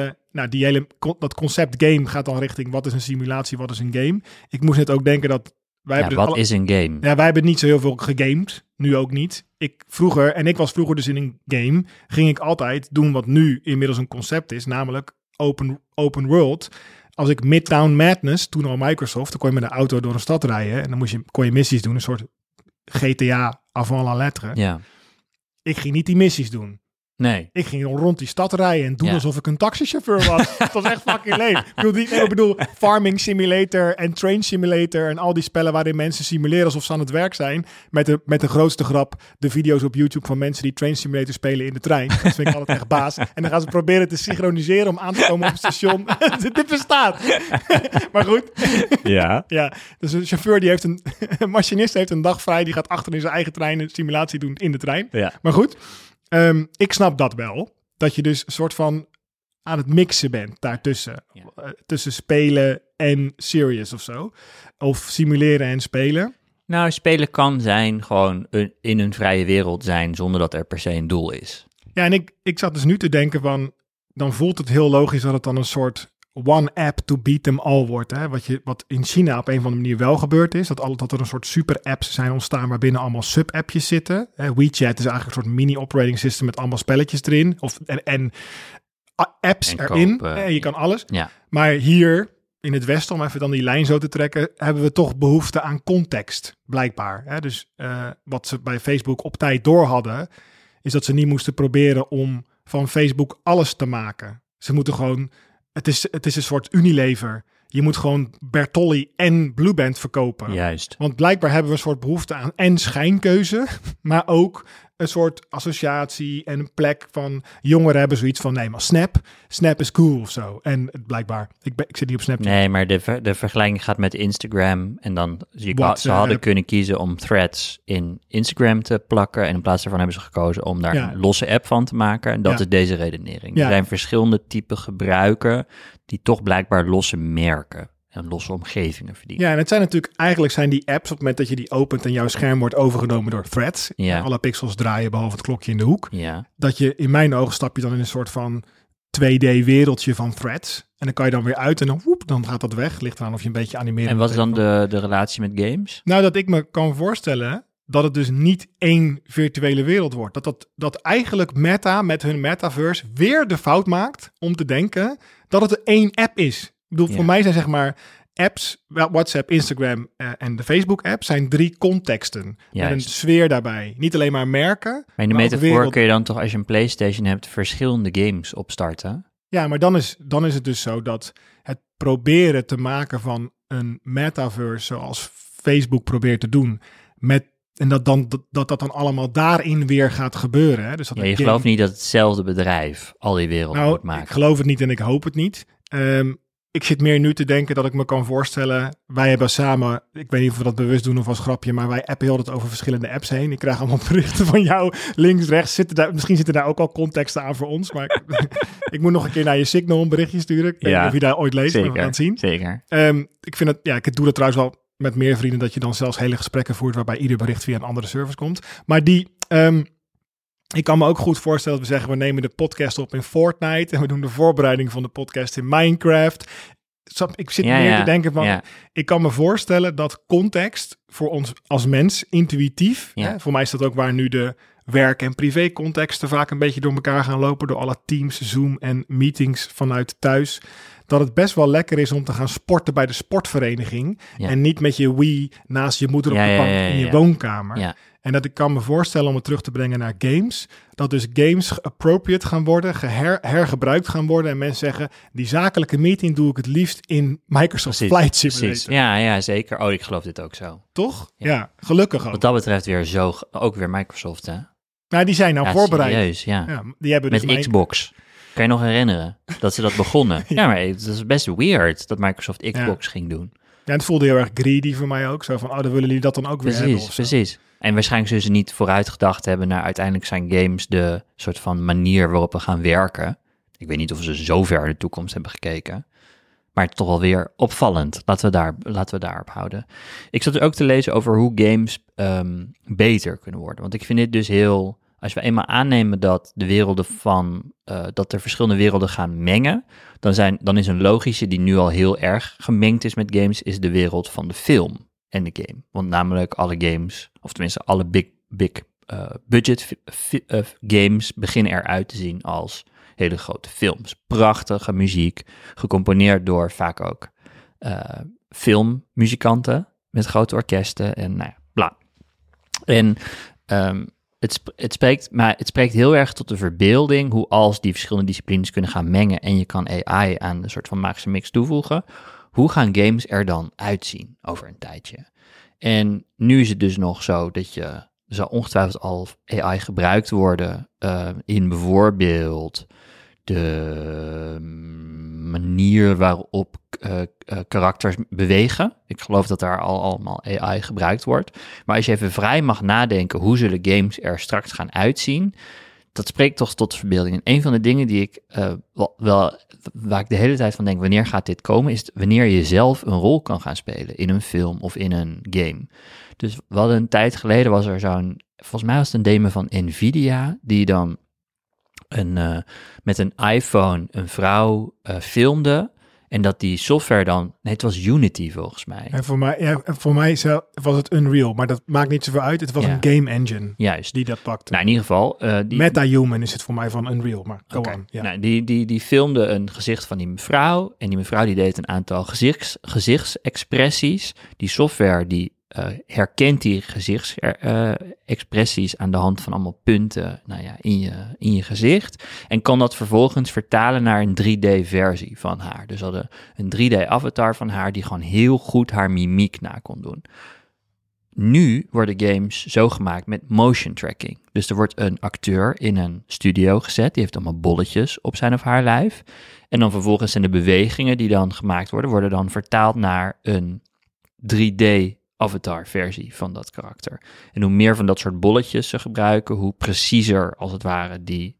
dat concept game gaat dan richting wat is een simulatie, wat is een game. Ik moest net ook denken dat... Wat is een game? Ja, wij hebben niet zo heel veel gegamed. Nu ook niet. Ik was vroeger dus in een game. Ging ik altijd doen wat nu inmiddels een concept is. Namelijk open world. Als ik Midtown Madness, toen al Microsoft, dan kon je met een auto door een stad rijden. En dan kon je missies doen. Een soort GTA avant la lettre. Ja. Ik ging niet die missies doen. Nee. Ik ging rond die stad rijden en doen alsof ik een taxichauffeur was. Het was echt fucking leuk. Ik bedoel, Farming Simulator en Train Simulator en al die spellen waarin mensen simuleren alsof ze aan het werk zijn. Met de grootste grap, de video's op YouTube van mensen die Train Simulator spelen in de trein. Dat vind ik altijd echt baas. En dan gaan ze proberen te synchroniseren om aan te komen op het station. Dit bestaat. Maar goed. Ja. Ja. Dus een chauffeur een machinist heeft een dag vrij. Die gaat achter in zijn eigen trein een simulatie doen in de trein. Ja. Maar goed. Ik snap dat wel. Dat je dus een soort van aan het mixen bent daartussen. Ja. Tussen spelen en serious of zo. Of simuleren en spelen. Nou, spelen kan zijn gewoon in een vrije wereld zijn zonder dat er per se een doel is. Ja, en ik zat dus nu te denken van... Dan voelt het heel logisch dat het dan een soort one app to beat them all wordt. Hè? Wat in China op een of andere manier wel gebeurd is. Dat er een soort super apps zijn ontstaan waarbinnen allemaal sub-appjes zitten. WeChat is eigenlijk een soort mini-operating system met allemaal spelletjes erin. En apps en erin. En je kan alles. Ja. Maar hier in het Westen, om even dan die lijn zo te trekken, hebben we toch behoefte aan context, blijkbaar. Hè? Dus wat ze bij Facebook op tijd door hadden, is dat ze niet moesten proberen om van Facebook alles te maken. Ze moeten gewoon... Het is een soort Unilever. Je moet gewoon Bertolli en Blueband verkopen. Juist. Want blijkbaar hebben we een soort behoefte aan en schijnkeuze, maar ook een soort associatie en een plek van jongeren hebben zoiets van nee, maar Snap is cool of zo. En blijkbaar, ik zit niet op Snapchat. Nee, maar de vergelijking gaat met Instagram en dan ze hadden kunnen kiezen om threads in Instagram te plakken en in plaats daarvan hebben ze gekozen om daar een losse app van te maken. En dat is deze redenering. Er zijn verschillende typen gebruiken die toch blijkbaar losse merken en losse omgevingen verdienen. Ja, en het zijn natuurlijk, eigenlijk zijn die apps op het moment dat je die opent en jouw scherm wordt overgenomen door threads. Ja. Alle pixels draaien behalve het klokje in de hoek. Ja. Dat je, in mijn ogen stap je dan in een soort van 2D-wereldje van threads. En dan kan je dan weer uit en dan gaat dat weg. Ligt eraan of je een beetje animeert. En wat is dan de relatie met games? Nou, dat ik me kan voorstellen dat het dus niet één virtuele wereld wordt. Dat eigenlijk Meta met hun metaverse weer de fout maakt om te denken dat het één app is. Ik bedoel, voor mij zijn zeg maar apps, WhatsApp, Instagram en de Facebook-app zijn 3 contexten. Met een sfeer daarbij. Niet alleen maar merken. Maar in de metafoor kun je dan toch, als je een PlayStation hebt, verschillende games opstarten? Ja, maar dan is het dus zo dat het proberen te maken van een metaverse zoals Facebook probeert te doen, en dat dan allemaal daarin weer gaat gebeuren. Hè? Dus dat je gelooft niet dat hetzelfde bedrijf al die wereld moet maken? Ik geloof het niet en ik hoop het niet. Ik zit meer nu te denken dat ik me kan voorstellen, wij hebben samen, ik weet niet of we dat bewust doen of als grapje, maar wij appen heel het over verschillende apps heen. Ik krijg allemaal berichten van jou, links, rechts. Misschien zitten daar ook al contexten aan voor ons, maar ik moet nog een keer naar je Signal een berichtje sturen. Ik weet niet of je daar ooit leest, zeker, maar we gaan het zien. Zeker. Ik vind het, ik doe dat trouwens wel met meer vrienden, dat je dan zelfs hele gesprekken voert waarbij ieder bericht via een andere service komt. Maar ik kan me ook goed voorstellen dat we zeggen, we nemen de podcast op in Fortnite en we doen de voorbereiding van de podcast in Minecraft. Ik zit meer te denken van, ik kan me voorstellen dat context voor ons als mens intuïtief, hè, voor mij is dat ook waar nu de werk- en privé-contexten vaak een beetje door elkaar gaan lopen, door alle Teams, Zoom en meetings vanuit thuis, dat het best wel lekker is om te gaan sporten bij de sportvereniging en niet met je Wii naast je moeder op de bank in je woonkamer. Ja. En dat ik kan me voorstellen om het terug te brengen naar games, dat dus games appropriate gaan worden, hergebruikt gaan worden en mensen zeggen, die zakelijke meeting doe ik het liefst in Microsoft Flight Simulator. Precies. Ja, zeker. Oh, ik geloof dit ook zo. Toch? Ja, gelukkig ook. Wat dat betreft ook weer Microsoft, hè? Nou, die zijn nou voorbereid. Serieus, ja. Die hebben dus met Xbox. Kan je nog herinneren dat ze dat begonnen? Ja, maar het is best weird dat Microsoft Xbox ging doen. Ja, het voelde heel erg greedy voor mij ook. Zo van, dan willen jullie dat dan ook weer hebben. Precies. En waarschijnlijk zullen ze niet vooruit gedacht hebben naar uiteindelijk zijn games de soort van manier waarop we gaan werken. Ik weet niet of ze zo ver in de toekomst hebben gekeken. Maar toch wel weer opvallend. Laten we daarop houden. Ik zat er ook te lezen over hoe games beter kunnen worden. Want ik vind dit dus heel... Als we eenmaal aannemen dat de werelden dat er verschillende werelden gaan mengen, dan is een logische die nu al heel erg gemengd is met games, is de wereld van de film en de game. Want namelijk alle games, of tenminste alle big budget games beginnen eruit te zien als hele grote films. Prachtige muziek, gecomponeerd door vaak ook filmmuzikanten met grote orkesten en nou ja, bla. En het spreekt heel erg tot de verbeelding hoe als die verschillende disciplines kunnen gaan mengen en je kan AI aan een soort van magische mix toevoegen, hoe gaan games er dan uitzien over een tijdje? En nu is het dus nog zo dat er zal ongetwijfeld al AI gebruikt worden in bijvoorbeeld de manier waarop karakters bewegen. Ik geloof dat daar al allemaal AI gebruikt wordt. Maar als je even vrij mag nadenken, hoe zullen games er straks gaan uitzien? Dat spreekt toch tot de verbeelding. En een van de dingen die ik waar ik de hele tijd van denk, wanneer gaat dit komen, is wanneer je zelf een rol kan gaan spelen in een film of in een game. Dus we hadden een tijd geleden, was er volgens mij was het een demo van Nvidia, die dan met een iPhone een vrouw filmde. En dat die software dan... Nee, het was Unity volgens mij. En voor mij was het Unreal. Maar dat maakt niet zoveel uit. Het was een game engine. Juist. Die dat pakte. Nou, in ieder geval... MetaHuman is het voor mij van Unreal. Maar go on. Ja. Nou, die filmde een gezicht van die mevrouw. En die mevrouw die deed een aantal gezichtsexpressies. Die software die herkent die gezichtsexpressies aan de hand van allemaal punten in je gezicht. En kan dat vervolgens vertalen naar een 3D-versie van haar. Dus hadden een 3D-avatar van haar die gewoon heel goed haar mimiek na kon doen. Nu worden games zo gemaakt met motion tracking. Dus er wordt een acteur in een studio gezet. Die heeft allemaal bolletjes op zijn of haar lijf. En dan vervolgens zijn de bewegingen die dan gemaakt worden dan vertaald naar een 3D-avatar-versie van dat karakter. En hoe meer van dat soort bolletjes ze gebruiken, hoe preciezer als het ware die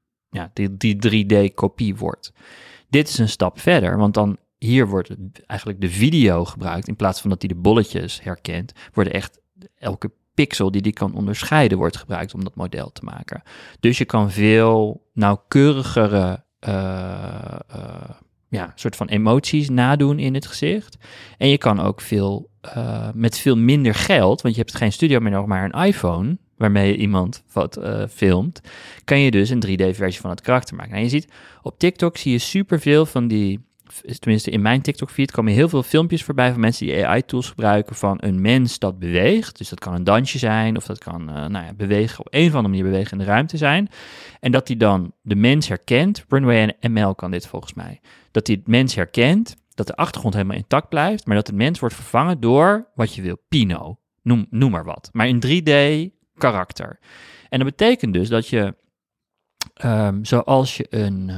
3D-kopie wordt. Dit is een stap verder, want dan hier wordt eigenlijk de video gebruikt. In plaats van dat hij de bolletjes herkent, worden echt elke pixel die kan onderscheiden wordt gebruikt om dat model te maken. Dus je kan veel nauwkeurigere soort van emoties nadoen in het gezicht. En je kan ook met veel minder geld, want je hebt geen studio meer nog maar een iPhone, waarmee je iemand filmt, kan je dus een 3D-versie van het karakter maken. En je ziet, op TikTok zie je superveel van die, tenminste in mijn TikTok-feed komen heel veel filmpjes voorbij van mensen die AI-tools gebruiken van een mens dat beweegt. Dus dat kan een dansje zijn of dat kan bewegen, op een of andere manier bewegen in de ruimte zijn. En dat die dan de mens herkent. Runway en ML kan dit volgens mij. Dat die het mens herkent, dat de achtergrond helemaal intact blijft, maar dat de mens wordt vervangen door wat je wil, Pino. Noem maar wat. Maar een 3D-karakter. En dat betekent dus dat je, zoals je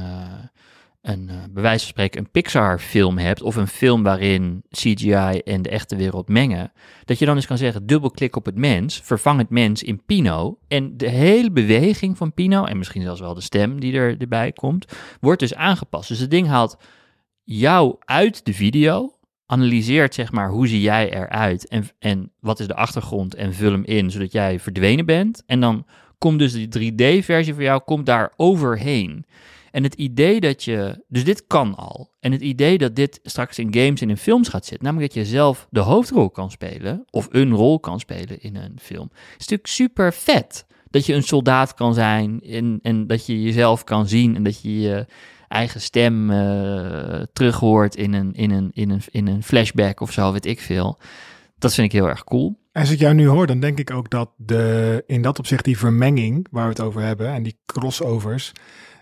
bij wijze van spreken een Pixar-film hebt, of een film waarin CGI en de echte wereld mengen, dat je dan dus kan zeggen, dubbelklik op het mens, vervang het mens in Pino, en de hele beweging van Pino, en misschien zelfs wel de stem die erbij komt, wordt dus aangepast. Dus het ding haalt jou uit de video, analyseert zeg maar hoe zie jij eruit en wat is de achtergrond en vul hem in, zodat jij verdwenen bent. En dan komt dus die 3D-versie van jou, komt daar overheen. En het idee dus dit kan al. En het idee dat dit straks in games en in films gaat zitten, namelijk dat je zelf de hoofdrol kan spelen, of een rol kan spelen in een film, is natuurlijk super vet. dat je een soldaat kan zijn en dat je jezelf kan zien en dat je je eigen stem terug hoort in een flashback of zo, weet ik veel. Dat vind ik heel erg cool. Als ik jou nu hoor, dan denk ik ook dat in dat opzicht die vermenging waar we het over hebben en die crossovers.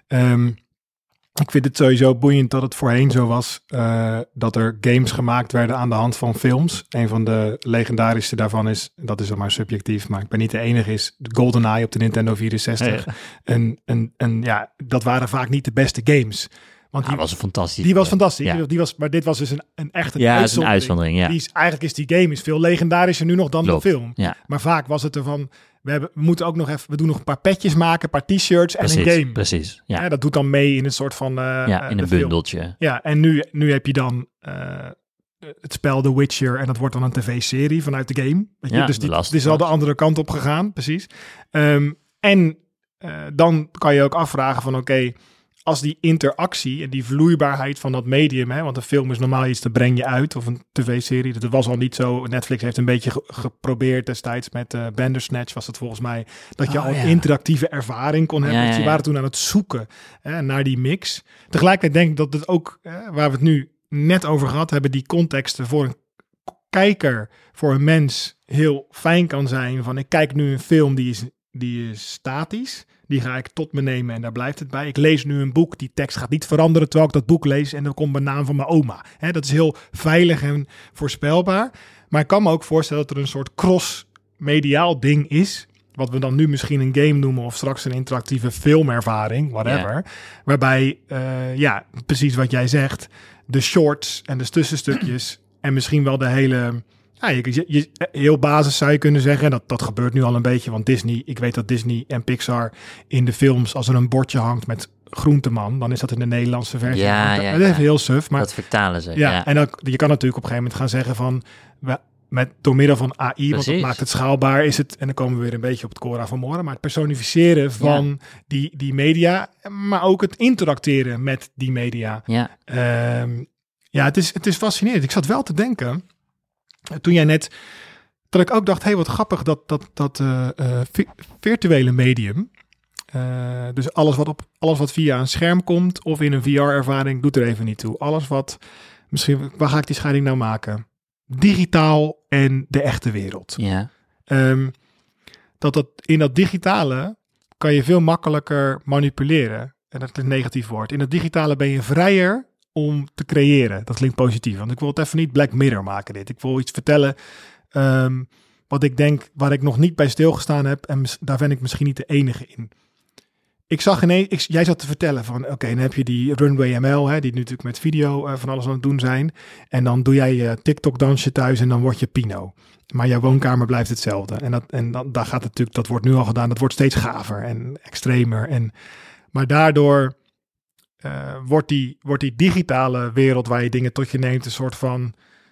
Ik vind het sowieso boeiend dat het voorheen zo was dat er games gemaakt werden aan de hand van films. Een van de legendarische daarvan is, dat is al maar subjectief, maar ik ben niet de enige, is de GoldenEye op de Nintendo 64. Ja. Dat waren vaak niet de beste games. Want die was fantastisch. Die was fantastisch. Ja. Maar dit was dus een echte uitzondering. Ja. Die game is veel legendarischer nu nog dan de film. Ja. Maar vaak was het ervan, we moeten ook nog even, we doen nog een paar petjes maken, een paar t-shirts en een game. Precies. Ja. Ja, dat doet dan mee in een soort van in een bundeltje. Film. Ja, en nu heb je dan het spel The Witcher en dat wordt dan een tv-serie vanuit de game. Weet je? Dus die is al de andere kant op gegaan, precies. Dan kan je ook afvragen van oké, als die interactie en die vloeibaarheid van dat medium, hè, want een film is normaal iets, dat breng je uit, of een tv-serie, dat was al niet zo. Netflix heeft een beetje geprobeerd destijds met Bandersnatch, was het volgens mij, dat je al een interactieve ervaring kon hebben. Dus die waren toen aan het zoeken naar die mix. Tegelijkertijd denk ik dat het ook, waar we het nu net over gehad hebben, die contexten voor een kijker, voor een mens heel fijn kan zijn. Van ik kijk nu een film die is statisch. Die ga ik tot me nemen en daar blijft het bij. Ik lees nu een boek, die tekst gaat niet veranderen terwijl ik dat boek lees en dan komt mijn naam van mijn oma. Dat is heel veilig en voorspelbaar. Maar ik kan me ook voorstellen dat er een soort cross-mediaal ding is, wat we dan nu misschien een game noemen of straks een interactieve filmervaring, whatever. Yeah. Waarbij, precies wat jij zegt, de shorts en de tussenstukjes en misschien wel de hele... Ja, je heel basis zou je kunnen zeggen. Dat gebeurt nu al een beetje, want ik weet dat Disney en Pixar in de films, als er een bordje hangt met Groenteman, dan is dat in de Nederlandse versie. Dat is heel suf. Maar, dat vertalen ze. Ja. En dan, je kan natuurlijk op een gegeven moment gaan zeggen van, door middel van AI, precies. Want dat maakt het schaalbaar, is het, en dan komen we weer een beetje op het Cora van Morren, maar het personificeren van die media, maar ook het interacteren met die media. Ja, het is fascinerend. Ik zat wel te denken, toen jij net, dat ik ook dacht, hey, wat grappig dat virtuele medium, dus alles wat via een scherm komt of in een VR-ervaring, doet er even niet toe. Alles wat, misschien, waar ga ik die scheiding nou maken? Digitaal en de echte wereld. Ja. Dat in dat digitale kan je veel makkelijker manipuleren. En dat is een negatief woord. In het digitale ben je vrijer om te creëren. Dat klinkt positief, want ik wil het even niet Black Mirror maken dit. Ik wil iets vertellen wat ik denk, waar ik nog niet bij stilgestaan heb. En daar ben ik misschien niet de enige in. Ik zag jij zat te vertellen van, oké, dan heb je die Runway ML, die nu natuurlijk met video van alles aan het doen zijn. En dan doe jij je TikTok-dansje thuis en dan word je Pino. Maar jouw woonkamer blijft hetzelfde. En daar gaat het natuurlijk, dat wordt nu al gedaan, dat wordt steeds gaver en extremer. Maar daardoor wordt die digitale wereld waar je dingen tot je neemt een soort van,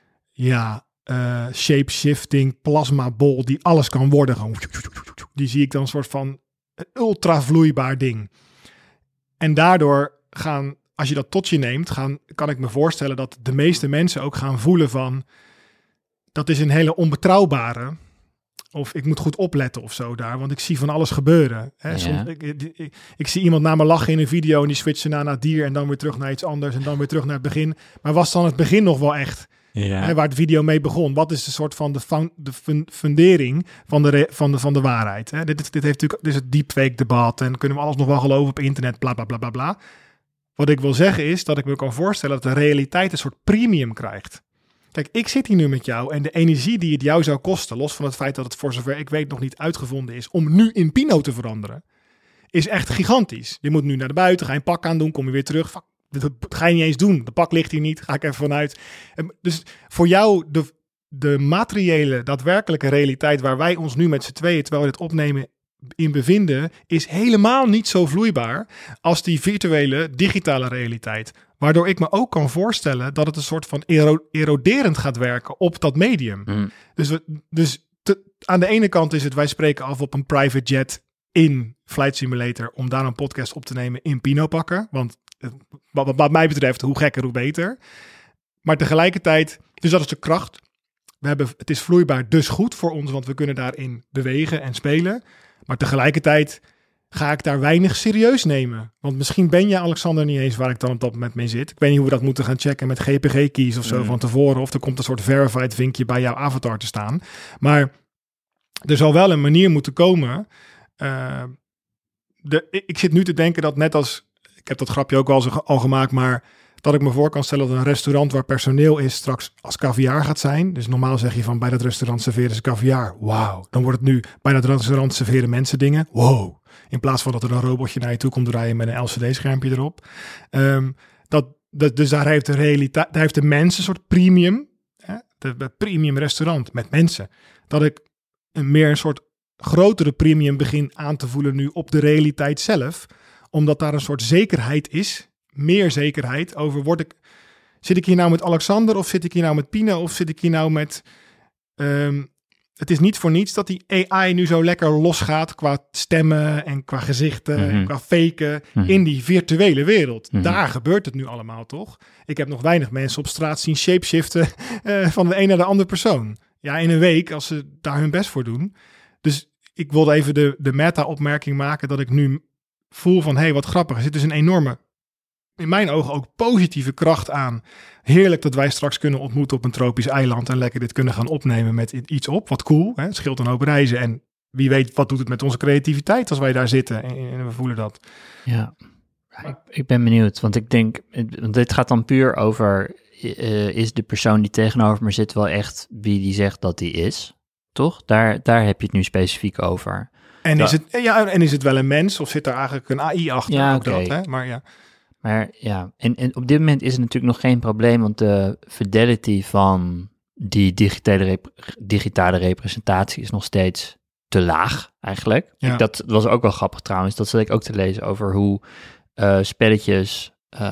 shape-shifting plasmabol die alles kan worden. Gewoon, die zie ik dan een soort van ultra vloeibaar ding. En daardoor als je dat tot je neemt, kan ik me voorstellen dat de meeste mensen ook gaan voelen van, dat is een hele onbetrouwbare, of ik moet goed opletten of zo daar, want ik zie van alles gebeuren. Hè? Ja. Soms, ik zie iemand naar me lachen in een video en die switcht naar dier en dan weer terug naar iets anders en dan weer terug naar het begin. Maar was dan het begin nog wel echt? Ja. Waar de video mee begon. Wat is de soort van de fundering van de waarheid? Hè? Dit heeft natuurlijk, dit is het deepfake debat en kunnen we alles nog wel geloven op internet, bla bla bla bla bla. Wat ik wil zeggen is dat ik me kan voorstellen dat de realiteit een soort premium krijgt. Kijk, ik zit hier nu met jou en de energie die het jou zou kosten, los van het feit dat het voor zover ik weet nog niet uitgevonden is, om nu in Pino te veranderen, is echt gigantisch. Je moet nu naar de buiten, ga je een pak aan doen, kom je weer terug. Dat ga je niet eens doen. De pak ligt hier niet, ga ik even vanuit. Dus voor jou de materiële, daadwerkelijke realiteit waar wij ons nu met z'n tweeën, terwijl we dit opnemen, in bevinden, is helemaal niet zo vloeibaar als die virtuele, digitale realiteit. Waardoor ik me ook kan voorstellen dat het een soort van eroderend gaat werken op dat medium. Mm. Dus aan de ene kant is het, wij spreken af op een private jet in Flight Simulator om daar een podcast op te nemen in Pino pakken. Want wat mij betreft, hoe gekker, hoe beter. Maar tegelijkertijd, dus dat is de kracht. Het is vloeibaar, dus goed voor ons, want we kunnen daarin bewegen en spelen. Maar tegelijkertijd ga ik daar weinig serieus nemen. Want misschien ben je, Alexander, niet eens waar ik dan op dat moment mee zit. Ik weet niet hoe we dat moeten gaan checken met GPG-keys of zo van tevoren. Of er komt een soort verified vinkje bij jouw avatar te staan. Maar er zal wel een manier moeten komen. Ik zit nu te denken dat net als... Ik heb dat grapje ook wel eens al gemaakt, maar dat ik me voor kan stellen dat een restaurant waar personeel is straks als caviar gaat zijn. Dus normaal zeg je van bij dat restaurant serveren ze caviar. Wauw. Dan wordt het nu bij dat restaurant serveren mensen dingen. Wow. In plaats van dat er een robotje naar je toe komt draaien met een LCD-schermpje erop. Dus daar heeft de realiteit, daar heeft de mens een soort premium. De premium restaurant met mensen. Dat ik een soort grotere premium begin aan te voelen nu op de realiteit zelf. Omdat daar een soort zekerheid is. Meer zekerheid over zit ik hier nou met Alexander of zit ik hier nou met Pina of zit ik hier nou met... Het is niet voor niets dat die AI nu zo lekker losgaat qua stemmen en qua gezichten en qua faken in die virtuele wereld. Daar gebeurt het nu allemaal, toch? Ik heb nog weinig mensen op straat zien shapeshiften van de een naar de andere persoon. Ja, in een week als ze daar hun best voor doen. Dus ik wilde even de meta-opmerking maken dat ik nu voel van, hé, wat grappig. Er zit dus een enorme, in mijn ogen ook positieve kracht aan. Heerlijk dat wij straks kunnen ontmoeten op een tropisch eiland en lekker dit kunnen gaan opnemen met iets op. Wat cool, hè? Het scheelt een hoop reizen en wie weet wat doet het met onze creativiteit als wij daar zitten en we voelen dat. Ja, ik ben benieuwd, want ik denk, dit gaat dan puur over, is de persoon die tegenover me zit wel echt wie die zegt dat die is? Toch? Daar heb je het nu specifiek over. En is het wel een mens of zit daar eigenlijk een AI achter? Ja, oké. Okay. Dat, hè? Maar ja. Maar ja, en op dit moment is het natuurlijk nog geen probleem, want de fidelity van die digitale representatie is nog steeds te laag eigenlijk. Ja. Dat was ook wel grappig trouwens, dat zat ik ook te lezen over hoe spelletjes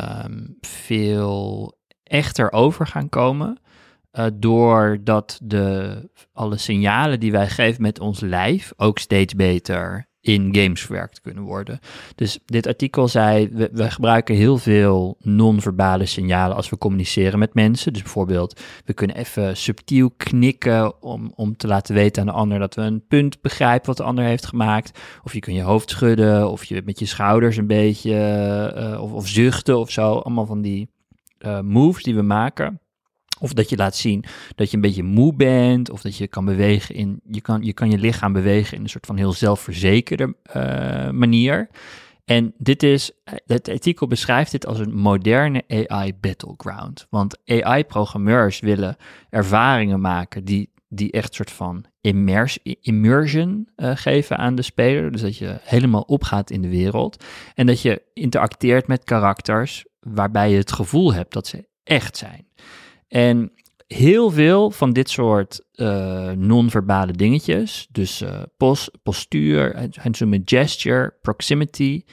veel echter over gaan komen. Doordat alle signalen die wij geven met ons lijf ook steeds beter in games verwerkt kunnen worden. Dus dit artikel zei, we gebruiken heel veel non-verbale signalen als we communiceren met mensen. Dus bijvoorbeeld, we kunnen even subtiel knikken om te laten weten aan de ander dat we een punt begrijpen wat de ander heeft gemaakt. Of je kunt je hoofd schudden, of je met je schouders een beetje, of zuchten of zo. Allemaal van die moves die we maken. Of dat je laat zien dat je een beetje moe bent, of dat je kan bewegen je kan je lichaam bewegen in een soort van heel zelfverzekerde manier. En het artikel beschrijft dit als een moderne AI battleground. Want AI-programmeurs willen ervaringen maken die echt een soort van immersion geven aan de speler. Dus dat je helemaal opgaat in de wereld. En dat je interacteert met karakters waarbij je het gevoel hebt dat ze echt zijn. En heel veel van dit soort non-verbale dingetjes, dus postuur, en zo met gesture, proximity,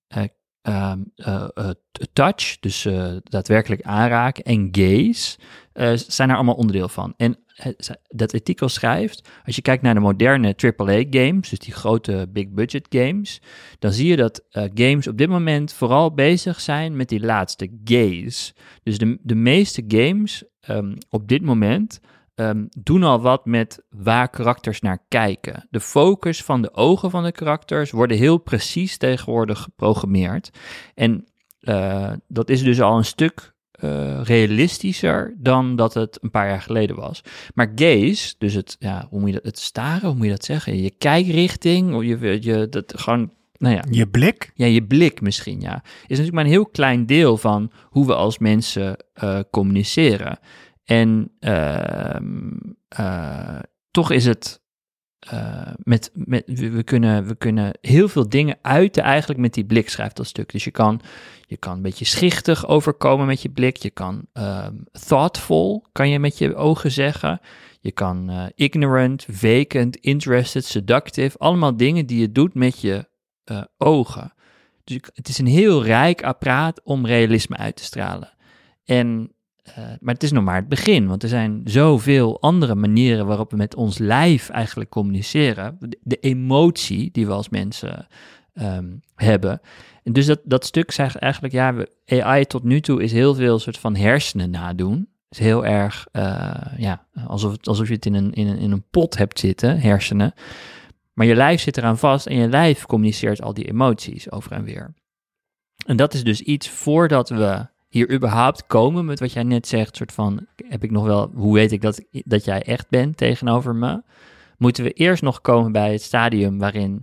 touch, dus daadwerkelijk aanraken en gaze, zijn er allemaal onderdeel van. En dat artikel schrijft, als je kijkt naar de moderne AAA-games, dus die grote big-budget games, dan zie je dat games op dit moment vooral bezig zijn met die laatste gaze. Dus de meeste games op dit moment doen al wat met waar karakters naar kijken. De focus van de ogen van de karakters worden heel precies tegenwoordig geprogrammeerd. En dat is dus al een stuk realistischer dan dat het een paar jaar geleden was. Maar gaze, dus het staren, hoe moet je dat zeggen? Je kijkrichting, of je blik? Ja, je blik misschien, ja. Is natuurlijk maar een heel klein deel van hoe we als mensen communiceren. En toch is het we kunnen heel veel dingen uiten eigenlijk met die blik, schrijft dat stuk. Dus je kan een beetje schichtig overkomen met je blik. Je kan thoughtful, kan je met je ogen zeggen. Je kan ignorant, vacant, interested, seductive. Allemaal dingen die je doet met je ogen. Dus het is een heel rijk apparaat om realisme uit te stralen. Maar het is nog maar het begin, want er zijn zoveel andere manieren waarop we met ons lijf eigenlijk communiceren. De emotie die we als mensen hebben. En dus dat stuk zegt eigenlijk, AI tot nu toe is heel veel soort van hersenen nadoen. Het is heel erg, alsof je het in een pot hebt zitten, hersenen. Maar je lijf zit eraan vast en je lijf communiceert al die emoties over en weer. En dat is dus iets voordat we hier überhaupt komen met wat jij net zegt, soort van, heb ik nog wel, hoe weet ik dat jij echt bent tegenover me? Moeten we eerst nog komen bij het stadium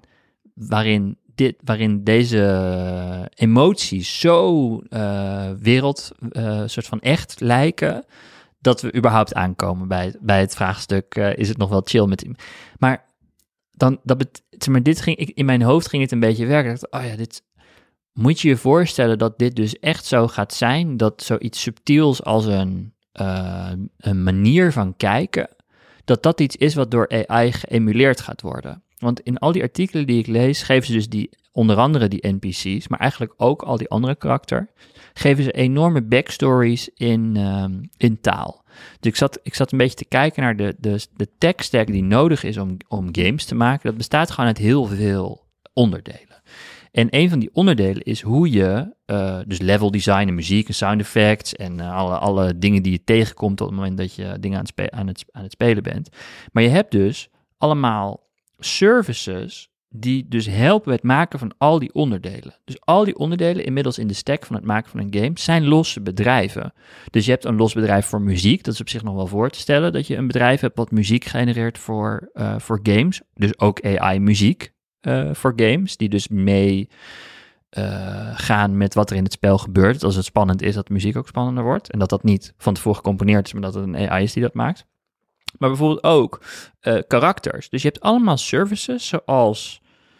waarin deze emoties zo soort van echt lijken, dat we überhaupt aankomen bij het vraagstuk, is het nog wel chill met hem? Maar dan, in mijn hoofd ging het een beetje werken. Dit moet je je voorstellen dat dit dus echt zo gaat zijn, dat zoiets subtiels als een manier van kijken, dat iets is wat door AI geëmuleerd gaat worden. Want in al die artikelen die ik lees, geven ze dus onder andere die NPC's, maar eigenlijk ook al die andere karakter, geven ze enorme backstories in taal. Dus ik zat een beetje te kijken naar de tech stack die nodig is om games te maken. Dat bestaat gewoon uit heel veel onderdelen. En een van die onderdelen is hoe je, dus level design en muziek en sound effects en alle dingen die je tegenkomt op het moment dat je dingen aan het spelen bent. Maar je hebt dus allemaal services die dus helpen bij het maken van al die onderdelen. Dus al die onderdelen inmiddels in de stack van het maken van een game zijn losse bedrijven. Dus je hebt een los bedrijf voor muziek, dat is op zich nog wel voor te stellen, dat je een bedrijf hebt wat muziek genereert voor games. Dus ook AI muziek voor games, die dus mee gaan met wat er in het spel gebeurt. Als het spannend is, dat de muziek ook spannender wordt. En dat niet van tevoren gecomponeerd is, maar dat het een AI is die dat maakt. Maar bijvoorbeeld ook karakters. Dus je hebt allemaal services zoals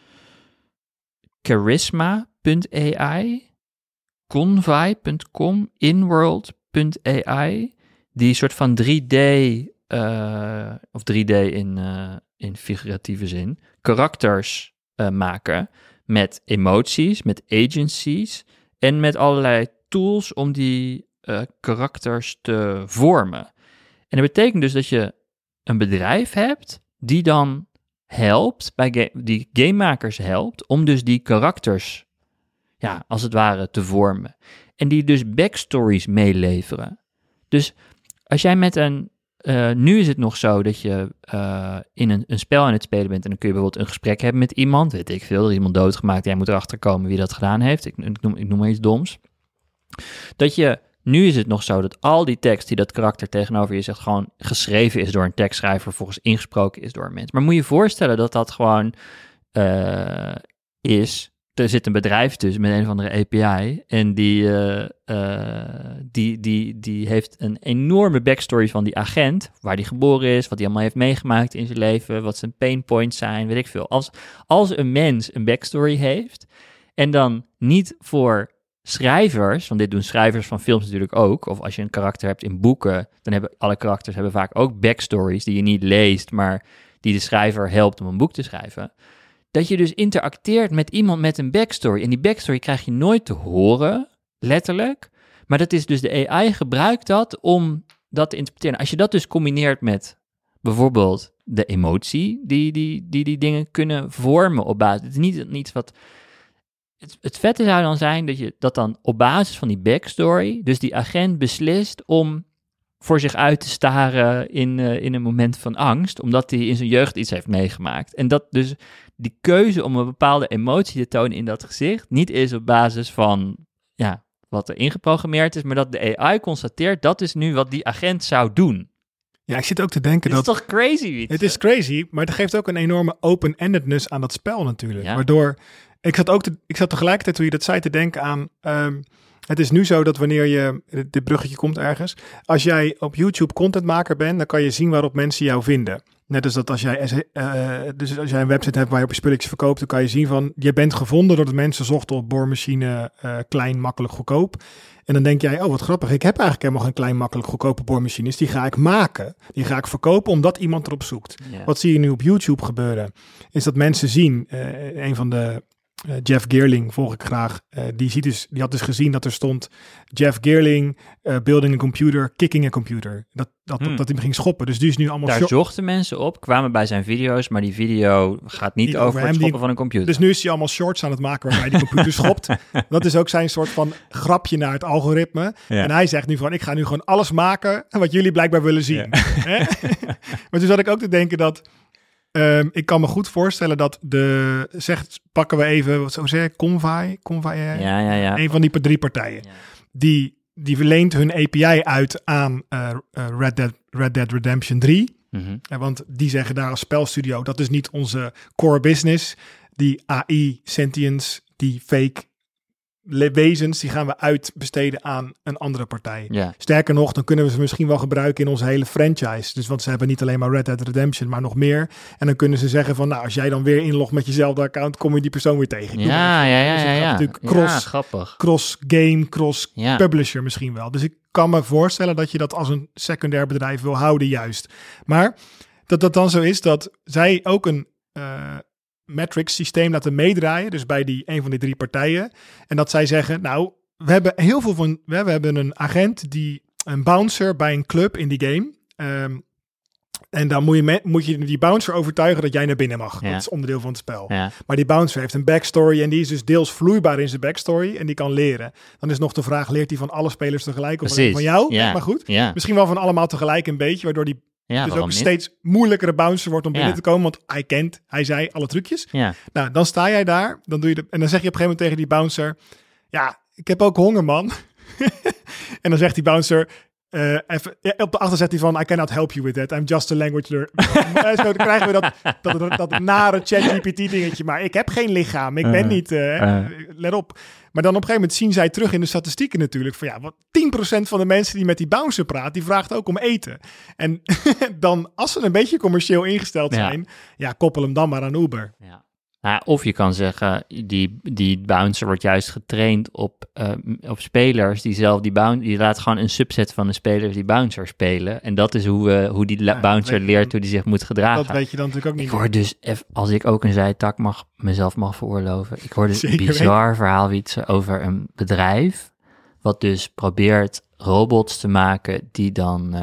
Charisma.ai, Convai.com, Inworld.ai, die soort van 3D, of 3D in figuratieve zin, karakters maken met emoties, met agencies en met allerlei tools om die karakters te vormen. En dat betekent dus dat je een bedrijf hebt die dan helpt, die gamemakers helpt, om dus die karakters, ja, als het ware, te vormen. En die dus backstories meeleveren. Dus als jij met nu is het nog zo dat je in een spel aan het spelen bent en dan kun je bijvoorbeeld een gesprek hebben met iemand, weet ik veel, er is iemand doodgemaakt, jij moet erachter komen wie dat gedaan heeft, ik noem maar iets doms. Nu is het nog zo dat al die tekst die dat karakter tegenover je zegt gewoon geschreven is door een tekstschrijver, vervolgens ingesproken is door een mens. Maar moet je je voorstellen dat dat gewoon is. Er zit een bedrijf tussen met een of andere API en die heeft een enorme backstory van die agent, waar die geboren is, wat hij allemaal heeft meegemaakt in zijn leven, wat zijn pain points zijn, weet ik veel. Als een mens een backstory heeft en dan niet voor schrijvers, want dit doen schrijvers van films natuurlijk ook, of als je een karakter hebt in boeken, dan hebben alle karakters vaak ook backstories die je niet leest, maar die de schrijver helpt om een boek te schrijven. Dat je dus interacteert met iemand met een backstory. En die backstory krijg je nooit te horen, letterlijk. Maar dat is dus de AI gebruikt dat om dat te interpreteren. Als je dat dus combineert met bijvoorbeeld de emotie die dingen kunnen vormen op basis. Het is niet wat. Het vette zou dan zijn dat je dat dan op basis van die backstory, dus die agent beslist om voor zich uit te staren in een moment van angst, omdat hij in zijn jeugd iets heeft meegemaakt. En dat dus die keuze om een bepaalde emotie te tonen in dat gezicht niet is op basis van wat er ingeprogrammeerd is, maar dat de AI constateert dat is nu wat die agent zou doen. Ja, ik zit ook te denken dat... Het is toch crazy? Het is crazy, maar het geeft ook een enorme open-endedness aan dat spel natuurlijk. Ja. Waardoor, ik zat tegelijkertijd toen je dat zei te denken aan, het is nu zo dat wanneer je, dit bruggetje komt ergens, als jij op YouTube contentmaker bent, dan kan je zien waarop mensen jou vinden. Net als dat als jij een website hebt waar je op spulletjes verkoopt, dan kan je zien van, je bent gevonden doordat mensen zochten op boormachine, klein, makkelijk, goedkoop. En dan denk jij, oh wat grappig, ik heb eigenlijk helemaal geen klein, makkelijk, goedkope boormachines. Die ga ik maken, die ga ik verkopen omdat iemand erop zoekt. Yeah. Wat zie je nu op YouTube gebeuren? Is dat mensen zien, een van de Jeff Geerling volg ik graag. Die had dus gezien dat er stond Jeff Geerling building a computer, kicking a computer. Dat hij ging schoppen. Dus die is nu allemaal. Daar zochten mensen op, kwamen bij zijn video's, maar die video gaat niet over het schoppen van een computer. Dus nu is hij allemaal shorts aan het maken waarbij die computer schopt. Dat is ook zijn soort van grapje naar het algoritme. Ja. En hij zegt nu van, ik ga nu gewoon alles maken wat jullie blijkbaar willen zien. Ja. Maar toen zat ik ook te denken dat Ik kan me goed voorstellen dat pakken we even, wat zou zeggen, Convai, Ja. een van die 3 partijen. Ja. Die verleent hun API uit aan Red Dead Redemption 3. Mhm. Want die zeggen daar als spelstudio, dat is niet onze core business. Die AI, sentience, die fake wezens, die gaan we uitbesteden aan een andere partij. Ja. Sterker nog, dan kunnen we ze misschien wel gebruiken in onze hele franchise. Dus want ze hebben niet alleen maar Red Dead Redemption, maar nog meer. En dan kunnen ze zeggen van, nou, als jij dan weer inlogt met jezelfde account, kom je die persoon weer tegen. Ja. Dus het gaat natuurlijk Grappig. cross-game, Ja. publisher misschien wel. Dus ik kan me voorstellen dat je dat als een secundair bedrijf wil houden juist. Maar dat dan zo is dat zij ook een metrics systeem laten meedraaien. Dus bij een van die 3 partijen. En dat zij zeggen, nou, we hebben een agent, een bouncer bij een club in die game. En dan moet je die bouncer overtuigen dat jij naar binnen mag. Ja. Dat is onderdeel van het spel. Ja. Maar die bouncer heeft een backstory en die is dus deels vloeibaar in zijn backstory en die kan leren. Dan is nog de vraag, leert hij van alle spelers tegelijk of alleen van jou? Ja. Maar goed, Ja. misschien wel van allemaal tegelijk een beetje, waardoor die dus ook een waarom niet? steeds moeilijkere bouncer wordt om Ja. binnen te komen, want hij zei alle trucjes. Ja. Nou, dan sta jij daar, dan doe je en dan zeg je op een gegeven moment tegen die bouncer, ja, ik heb ook honger, man. En dan zegt die bouncer, op de achter zegt hij van, I cannot help you with that, I'm just a language learner. Zo dan krijgen we dat nare ChatGPT dingetje, maar ik heb geen lichaam, ik ben niet, let op. Maar dan op een gegeven moment zien zij terug in de statistieken natuurlijk van, ja, wat 10% van de mensen die met die bouncer praat, die vraagt ook om eten. En dan, als ze een beetje commercieel ingesteld zijn, koppel hem dan maar aan Uber. Ja. Nou, of je kan zeggen, die bouncer wordt juist getraind op spelers die zelf die laat gewoon een subset van de spelers die bouncer spelen. En dat is hoe die bouncer leert hoe die zich moet gedragen. Dat weet je dan natuurlijk ook niet. Ik hoor dus, als ik ook een zijtak mezelf mag veroorloven, ik hoorde een bizar verhaal over een bedrijf wat dus probeert robots te maken die dan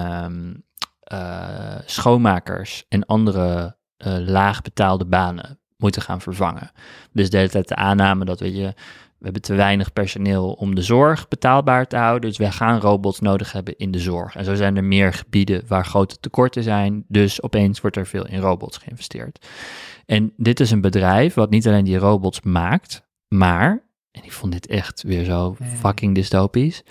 schoonmakers en andere laag betaalde banen moeten gaan vervangen. Dus de hele tijd de aanname dat, we hebben te weinig personeel om de zorg betaalbaar te houden, dus wij gaan robots nodig hebben in de zorg. En zo zijn er meer gebieden waar grote tekorten zijn, dus opeens wordt er veel in robots geïnvesteerd. En dit is een bedrijf wat niet alleen die robots maakt, maar, en ik vond dit echt weer zo fucking dystopisch,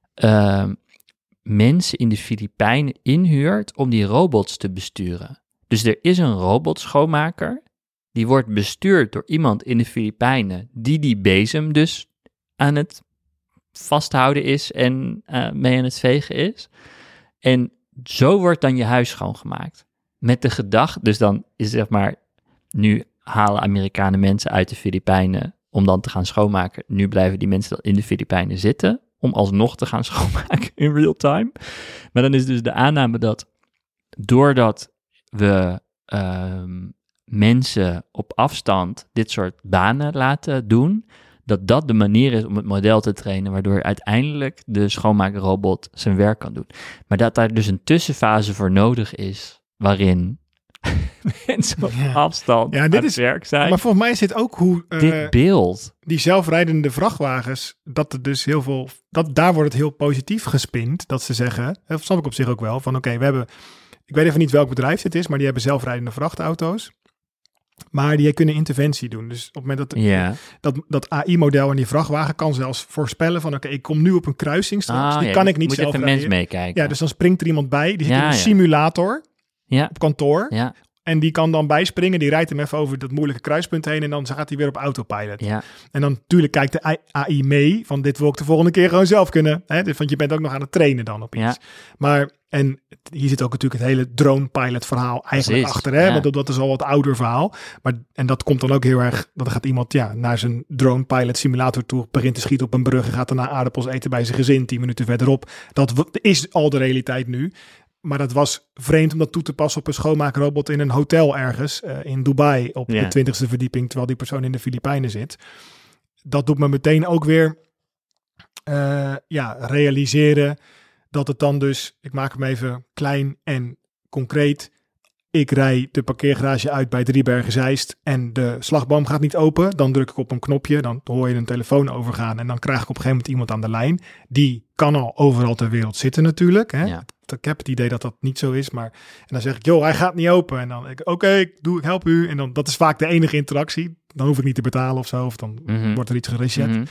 mensen in de Filipijnen inhuurt om die robots te besturen. Dus er is een robotschoonmaker, die wordt bestuurd door iemand in de Filipijnen die bezem dus aan het vasthouden is en mee aan het vegen is. En zo wordt dan je huis schoongemaakt. Met de gedachte, dus dan is zeg maar, nu halen Amerikanen mensen uit de Filipijnen om dan te gaan schoonmaken. Nu blijven die mensen dan in de Filipijnen zitten om alsnog te gaan schoonmaken in real time. Maar dan is dus de aanname dat doordat we mensen op afstand dit soort banen laten doen, dat de manier is om het model te trainen, waardoor uiteindelijk de schoonmaakrobot zijn werk kan doen. Maar dat daar dus een tussenfase voor nodig is, waarin mensen op afstand aan het werk zijn. Maar volgens mij is dit ook hoe dit beeld, die zelfrijdende vrachtwagens, dat er dus heel veel, daar wordt het heel positief gespind, dat ze zeggen, dat snap ik op zich ook wel, van oké, we hebben, ik weet even niet welk bedrijf dit is, maar die hebben zelfrijdende vrachtauto's. Maar die kunnen interventie doen. Dus op het moment dat AI-model in die vrachtwagen kan zelfs voorspellen van oké, ik kom nu op een kruising straks. Die kan ik niet zelf rijden. Moet even mens meekijken. Ja, dus dan springt er iemand bij. Die zit in een simulator op kantoor. Ja. En die kan dan bijspringen. Die rijdt hem even over dat moeilijke kruispunt heen. En dan gaat hij weer op autopilot. Ja. En dan natuurlijk kijkt de AI mee. Van dit wil ik de volgende keer gewoon zelf kunnen. Hè? Dus, want je bent ook nog aan het trainen dan op iets. Ja. Maar, en hier zit ook natuurlijk het hele drone pilot verhaal eigenlijk achter. Hè? Want dat is al wat ouder verhaal. Maar, en dat komt dan ook heel erg. Dan gaat iemand naar zijn drone pilot simulator toe. Begint te schieten op een brug. En gaat daarna aardappels eten bij zijn gezin 10 minuten verderop. Dat is al de realiteit nu. Maar dat was vreemd om dat toe te passen op een schoonmaakrobot in een hotel ergens in Dubai op de 20e verdieping, terwijl die persoon in de Filipijnen zit. Dat doet me meteen ook weer realiseren dat het dan dus, ik maak hem even klein en concreet. Ik rij de parkeergarage uit bij Driebergen-Zeist en de slagboom gaat niet open. Dan druk ik op een knopje, dan hoor je een telefoon overgaan en dan krijg ik op een gegeven moment iemand aan de lijn. Die kan al overal ter wereld zitten natuurlijk. Hè? Ja. ik heb het idee dat dat niet zo is. Maar, en dan zeg ik, joh, hij gaat niet open. En dan oké, ik help u. En dan, dat is vaak de enige interactie. Dan hoef ik niet te betalen of zo. Of dan wordt er iets gereset. Mhm.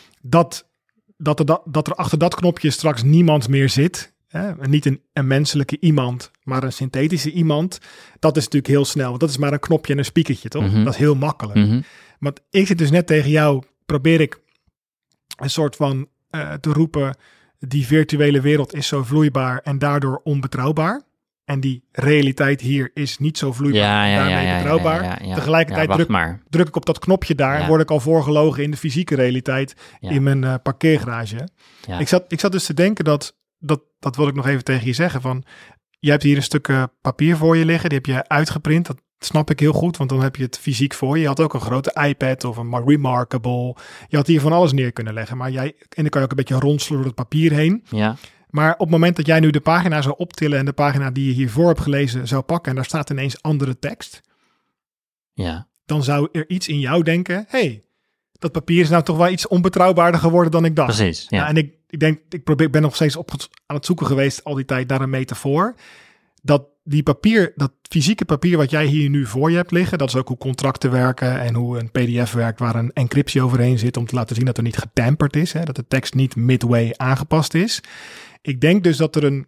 Dat er achter dat knopje straks niemand meer zit. Niet een menselijke iemand, maar een synthetische iemand. Dat is natuurlijk heel snel. Want dat is maar een knopje en een speakertje, toch? Mhm. Dat is heel makkelijk. Mhm. Want ik zit dus net tegen jou, probeer ik een soort van te roepen, die virtuele wereld is zo vloeibaar en daardoor onbetrouwbaar. En die realiteit hier is niet zo vloeibaar en daarmee betrouwbaar. Tegelijkertijd druk ik op dat knopje daar en word ik al voorgelogen in de fysieke realiteit in mijn parkeergarage. Ja. Ik zat dus te denken dat wil ik nog even tegen je zeggen. Van, je hebt hier een stuk papier voor je liggen. Die heb je uitgeprint. Dat snap ik heel goed, want dan heb je het fysiek voor je. Je had ook een grote iPad of een Remarkable. Je had hier van alles neer kunnen leggen. En dan kan je ook een beetje ronselen door het papier heen. Ja. Maar op het moment dat jij nu de pagina zou optillen en de pagina die je hiervoor hebt gelezen zou pakken en daar staat ineens andere tekst. Ja. Dan zou er iets in jou denken, hey, dat papier is nou toch wel iets onbetrouwbaarder geworden dan ik dacht. Precies, ja. En ik ben nog steeds aan het zoeken geweest al die tijd naar een metafoor. Dat fysieke papier wat jij hier nu voor je hebt liggen, dat is ook hoe contracten werken en hoe een PDF werkt waar een encryptie overheen zit om te laten zien dat er niet getamperd is, dat de tekst niet midway aangepast is. Ik denk dus dat er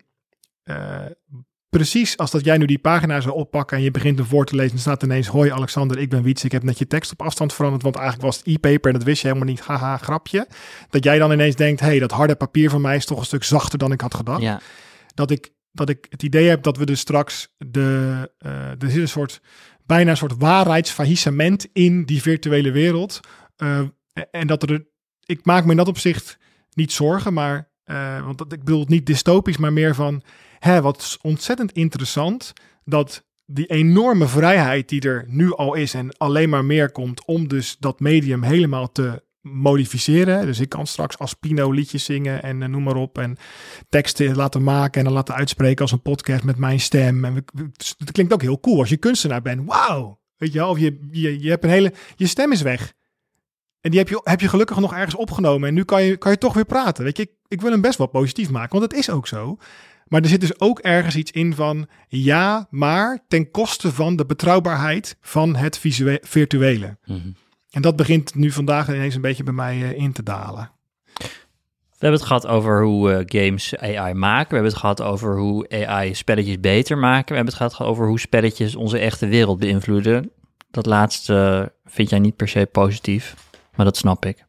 precies als dat jij nu die pagina zou oppakken en je begint hem voor te lezen, dan staat ineens, hoi Alexander, ik ben Wietse, ik heb net je tekst op afstand veranderd, want eigenlijk was het e-paper en dat wist je helemaal niet, haha, grapje. Dat jij dan ineens denkt, hey, dat harde papier van mij is toch een stuk zachter dan ik had gedacht. Ja. Dat ik het idee heb dat we dus straks er zit bijna een soort waarheidsfaillissement in die virtuele wereld. En ik maak me in dat opzicht niet zorgen, maar want ik bedoel het niet dystopisch, maar meer van, wat ontzettend interessant dat die enorme vrijheid die er nu al is en alleen maar meer komt om dus dat medium helemaal te modificeren. Dus ik kan straks als Pino liedjes zingen en noem maar op en teksten laten maken en dan laten uitspreken als een podcast met mijn stem. En het klinkt ook heel cool als je kunstenaar bent. Wauw! Weet je wel, of je hebt je stem is weg. En die heb je gelukkig nog ergens opgenomen en nu kan je toch weer praten. Weet je, ik wil hem best wel positief maken, want het is ook zo. Maar er zit dus ook ergens iets in van, ja, maar ten koste van de betrouwbaarheid van het virtuele. Mm-hmm. En dat begint nu vandaag ineens een beetje bij mij in te dalen. We hebben het gehad over hoe games AI maken. We hebben het gehad over hoe AI spelletjes beter maken. We hebben het gehad over hoe spelletjes onze echte wereld beïnvloeden. Dat laatste vind jij niet per se positief, maar dat snap ik.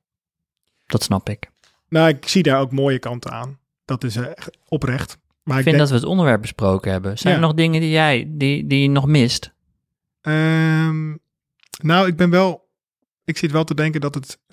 Nou, ik zie daar ook mooie kanten aan. Dat is oprecht. Maar ik vind dat we het onderwerp besproken hebben. Zijn er nog dingen die je nog mist? Nou, ik zit wel te denken dat het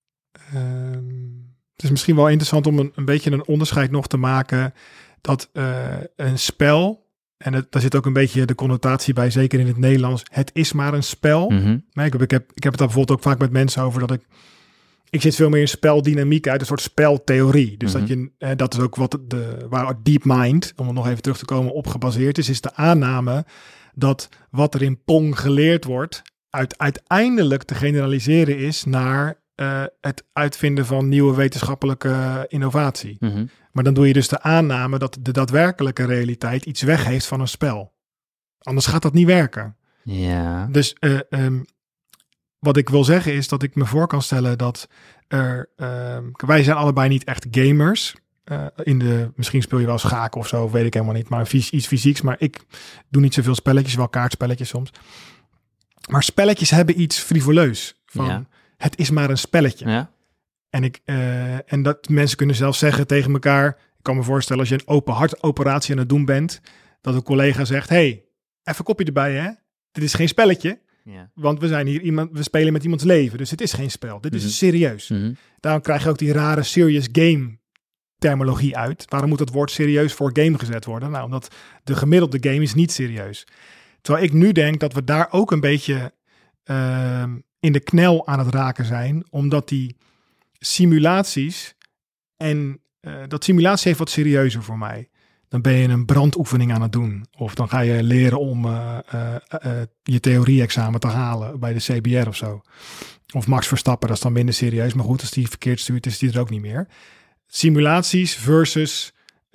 is misschien wel interessant om een beetje een onderscheid nog te maken dat een spel, en daar zit ook een beetje de connotatie bij, zeker in het Nederlands, het is maar een spel. Mm-hmm. Ik heb het daar bijvoorbeeld ook vaak met mensen over dat ik zit veel meer in speldynamiek uit een soort speltheorie. Dus dat is ook waar DeepMind, om nog even terug te komen, op gebaseerd is de aanname dat wat er in Pong geleerd wordt uiteindelijk te generaliseren is naar het uitvinden van nieuwe wetenschappelijke innovatie. Mm-hmm. Maar dan doe je dus de aanname dat de daadwerkelijke realiteit iets weg heeft van een spel. Anders gaat dat niet werken. Ja. Dus wat ik wil zeggen is dat ik me voor kan stellen dat wij zijn allebei niet echt gamers. Misschien speel je wel schaken of zo, weet ik helemaal niet. Maar iets fysieks. Maar ik doe niet zoveel spelletjes, wel kaartspelletjes soms. Maar spelletjes hebben iets frivoleus. Van, het is maar een spelletje. Ja. En dat mensen kunnen zelfs zeggen tegen elkaar. Ik kan me voorstellen als je een open hartoperatie aan het doen bent. Dat een collega zegt, hey, even kopje erbij hè. Dit is geen spelletje. Ja. Want we spelen met iemands leven. Dus het is geen spel. Dit is serieus. Mm-hmm. Daarom krijg je ook die rare serious game terminologie uit. Waarom moet het woord serieus voor game gezet worden? Nou, omdat de gemiddelde game is niet serieus. Terwijl ik nu denk dat we daar ook een beetje in de knel aan het raken zijn. Omdat die simulaties dat simulatie heeft wat serieuzer voor mij. Dan ben je een brandoefening aan het doen. Of dan ga je leren om je theorie-examen te halen bij de CBR of zo. Of Max Verstappen, dat is dan minder serieus. Maar goed, als die verkeerd stuurt, is die er ook niet meer. Simulaties versus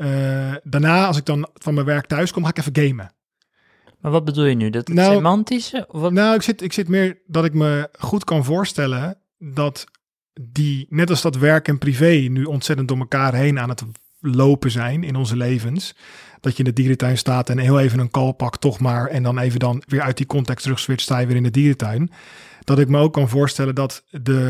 Daarna, als ik dan van mijn werk thuis kom, ga ik even gamen. Maar wat bedoel je nu? Dat Nou, semantische? Of wat? Nou, ik zit meer dat ik me goed kan voorstellen dat net als dat werk en privé nu ontzettend door elkaar heen aan het lopen zijn in onze levens. Dat je in de dierentuin staat en heel even een call pakt toch maar en dan even dan weer uit die context terug switcht, sta je weer in de dierentuin. Dat ik me ook kan voorstellen dat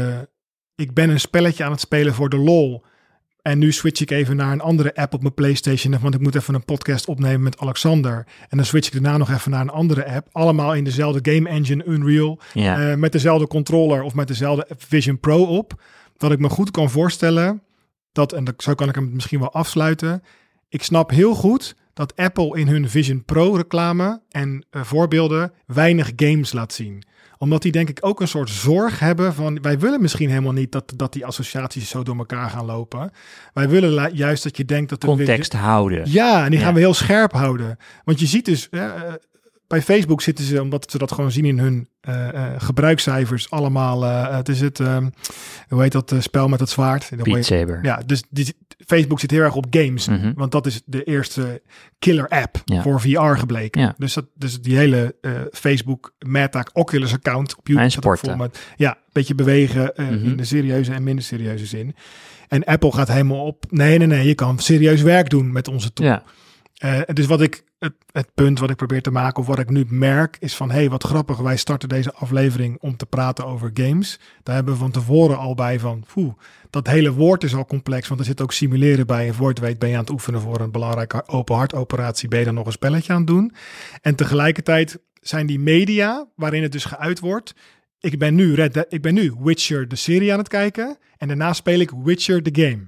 ik ben een spelletje aan het spelen voor de lol. En nu switch ik even naar een andere app op mijn PlayStation, want ik moet even een podcast opnemen met Alexander. En dan switch ik daarna nog even naar een andere app. Allemaal in dezelfde game engine, Unreal. Ja. Met dezelfde controller of met dezelfde Vision Pro op. Dat ik me goed kan voorstellen zo kan ik hem misschien wel afsluiten. Ik snap heel goed dat Apple in hun Vision Pro reclame en voorbeelden weinig games laat zien. Omdat die denk ik ook een soort zorg hebben van, wij willen misschien helemaal niet dat die associaties zo door elkaar gaan lopen. Wij willen juist dat je denkt dat... Context houden. Ja, en die gaan we heel scherp houden. Want je ziet dus, bij Facebook zitten ze, omdat ze dat gewoon zien in hun gebruikscijfers, allemaal, het is het, hoe heet dat spel met het zwaard? Beat Saber. Ja, dus Facebook zit heel erg op games, want dat is de eerste killer app voor VR gebleken. Ja. Dus die hele Facebook Meta Oculus account op YouTube sporten. vol met, een beetje bewegen in de serieuze en minder serieuze zin. En Apple gaat helemaal op, nee, je kan serieus werk doen met onze tool. Ja. Dus het punt wat ik probeer te maken, of wat ik nu merk, is van, hey, wat grappig, wij starten deze aflevering om te praten over games. Daar hebben we van tevoren al bij van, dat hele woord is al complex, want er zit ook simuleren bij. En voor je het weet ben je aan het oefenen voor een belangrijke open hart operatie, ben je dan nog een spelletje aan het doen. En tegelijkertijd zijn die media, waarin het dus geuit wordt, ik ben nu Witcher de serie aan het kijken en daarna speel ik Witcher de game.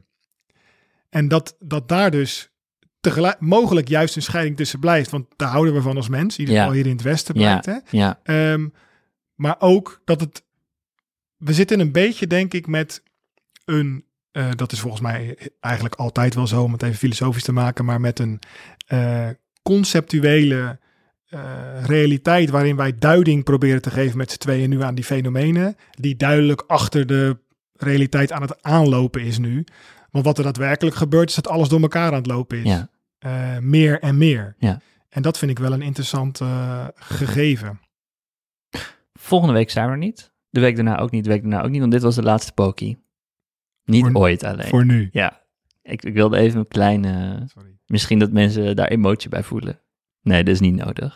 En dat daar dus tegelijk mogelijk juist een scheiding tussen blijft, want daar houden we van als mens, in ieder geval hier in het Westen blijkt. Hè? Ja. Maar ook dat we zitten een beetje, denk ik, met dat is volgens mij eigenlijk altijd wel zo, om het even filosofisch te maken, maar met een conceptuele realiteit waarin wij duiding proberen te geven met z'n tweeën nu aan die fenomenen, die duidelijk achter de realiteit aan het aanlopen is nu. Want wat er daadwerkelijk gebeurt, is dat alles door elkaar aan het lopen is. Ja. Meer en meer. Ja. En dat vind ik wel een interessant gegeven. Volgende week zijn we er niet. De week daarna ook niet, want dit was de laatste Pokie. Niet ooit alleen. Voor nu. Ja. Ik wilde even een kleine... Sorry. Misschien dat mensen daar emotie bij voelen. Nee, dat is niet nodig.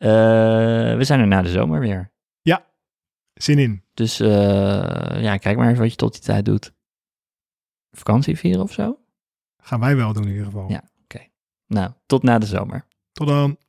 We zijn er na de zomer weer. Ja, zin in. Dus kijk maar even wat je tot die tijd doet. Vakantie vieren of zo? Gaan wij wel doen in ieder geval. Ja, oké. Nou, tot na de zomer. Tot dan.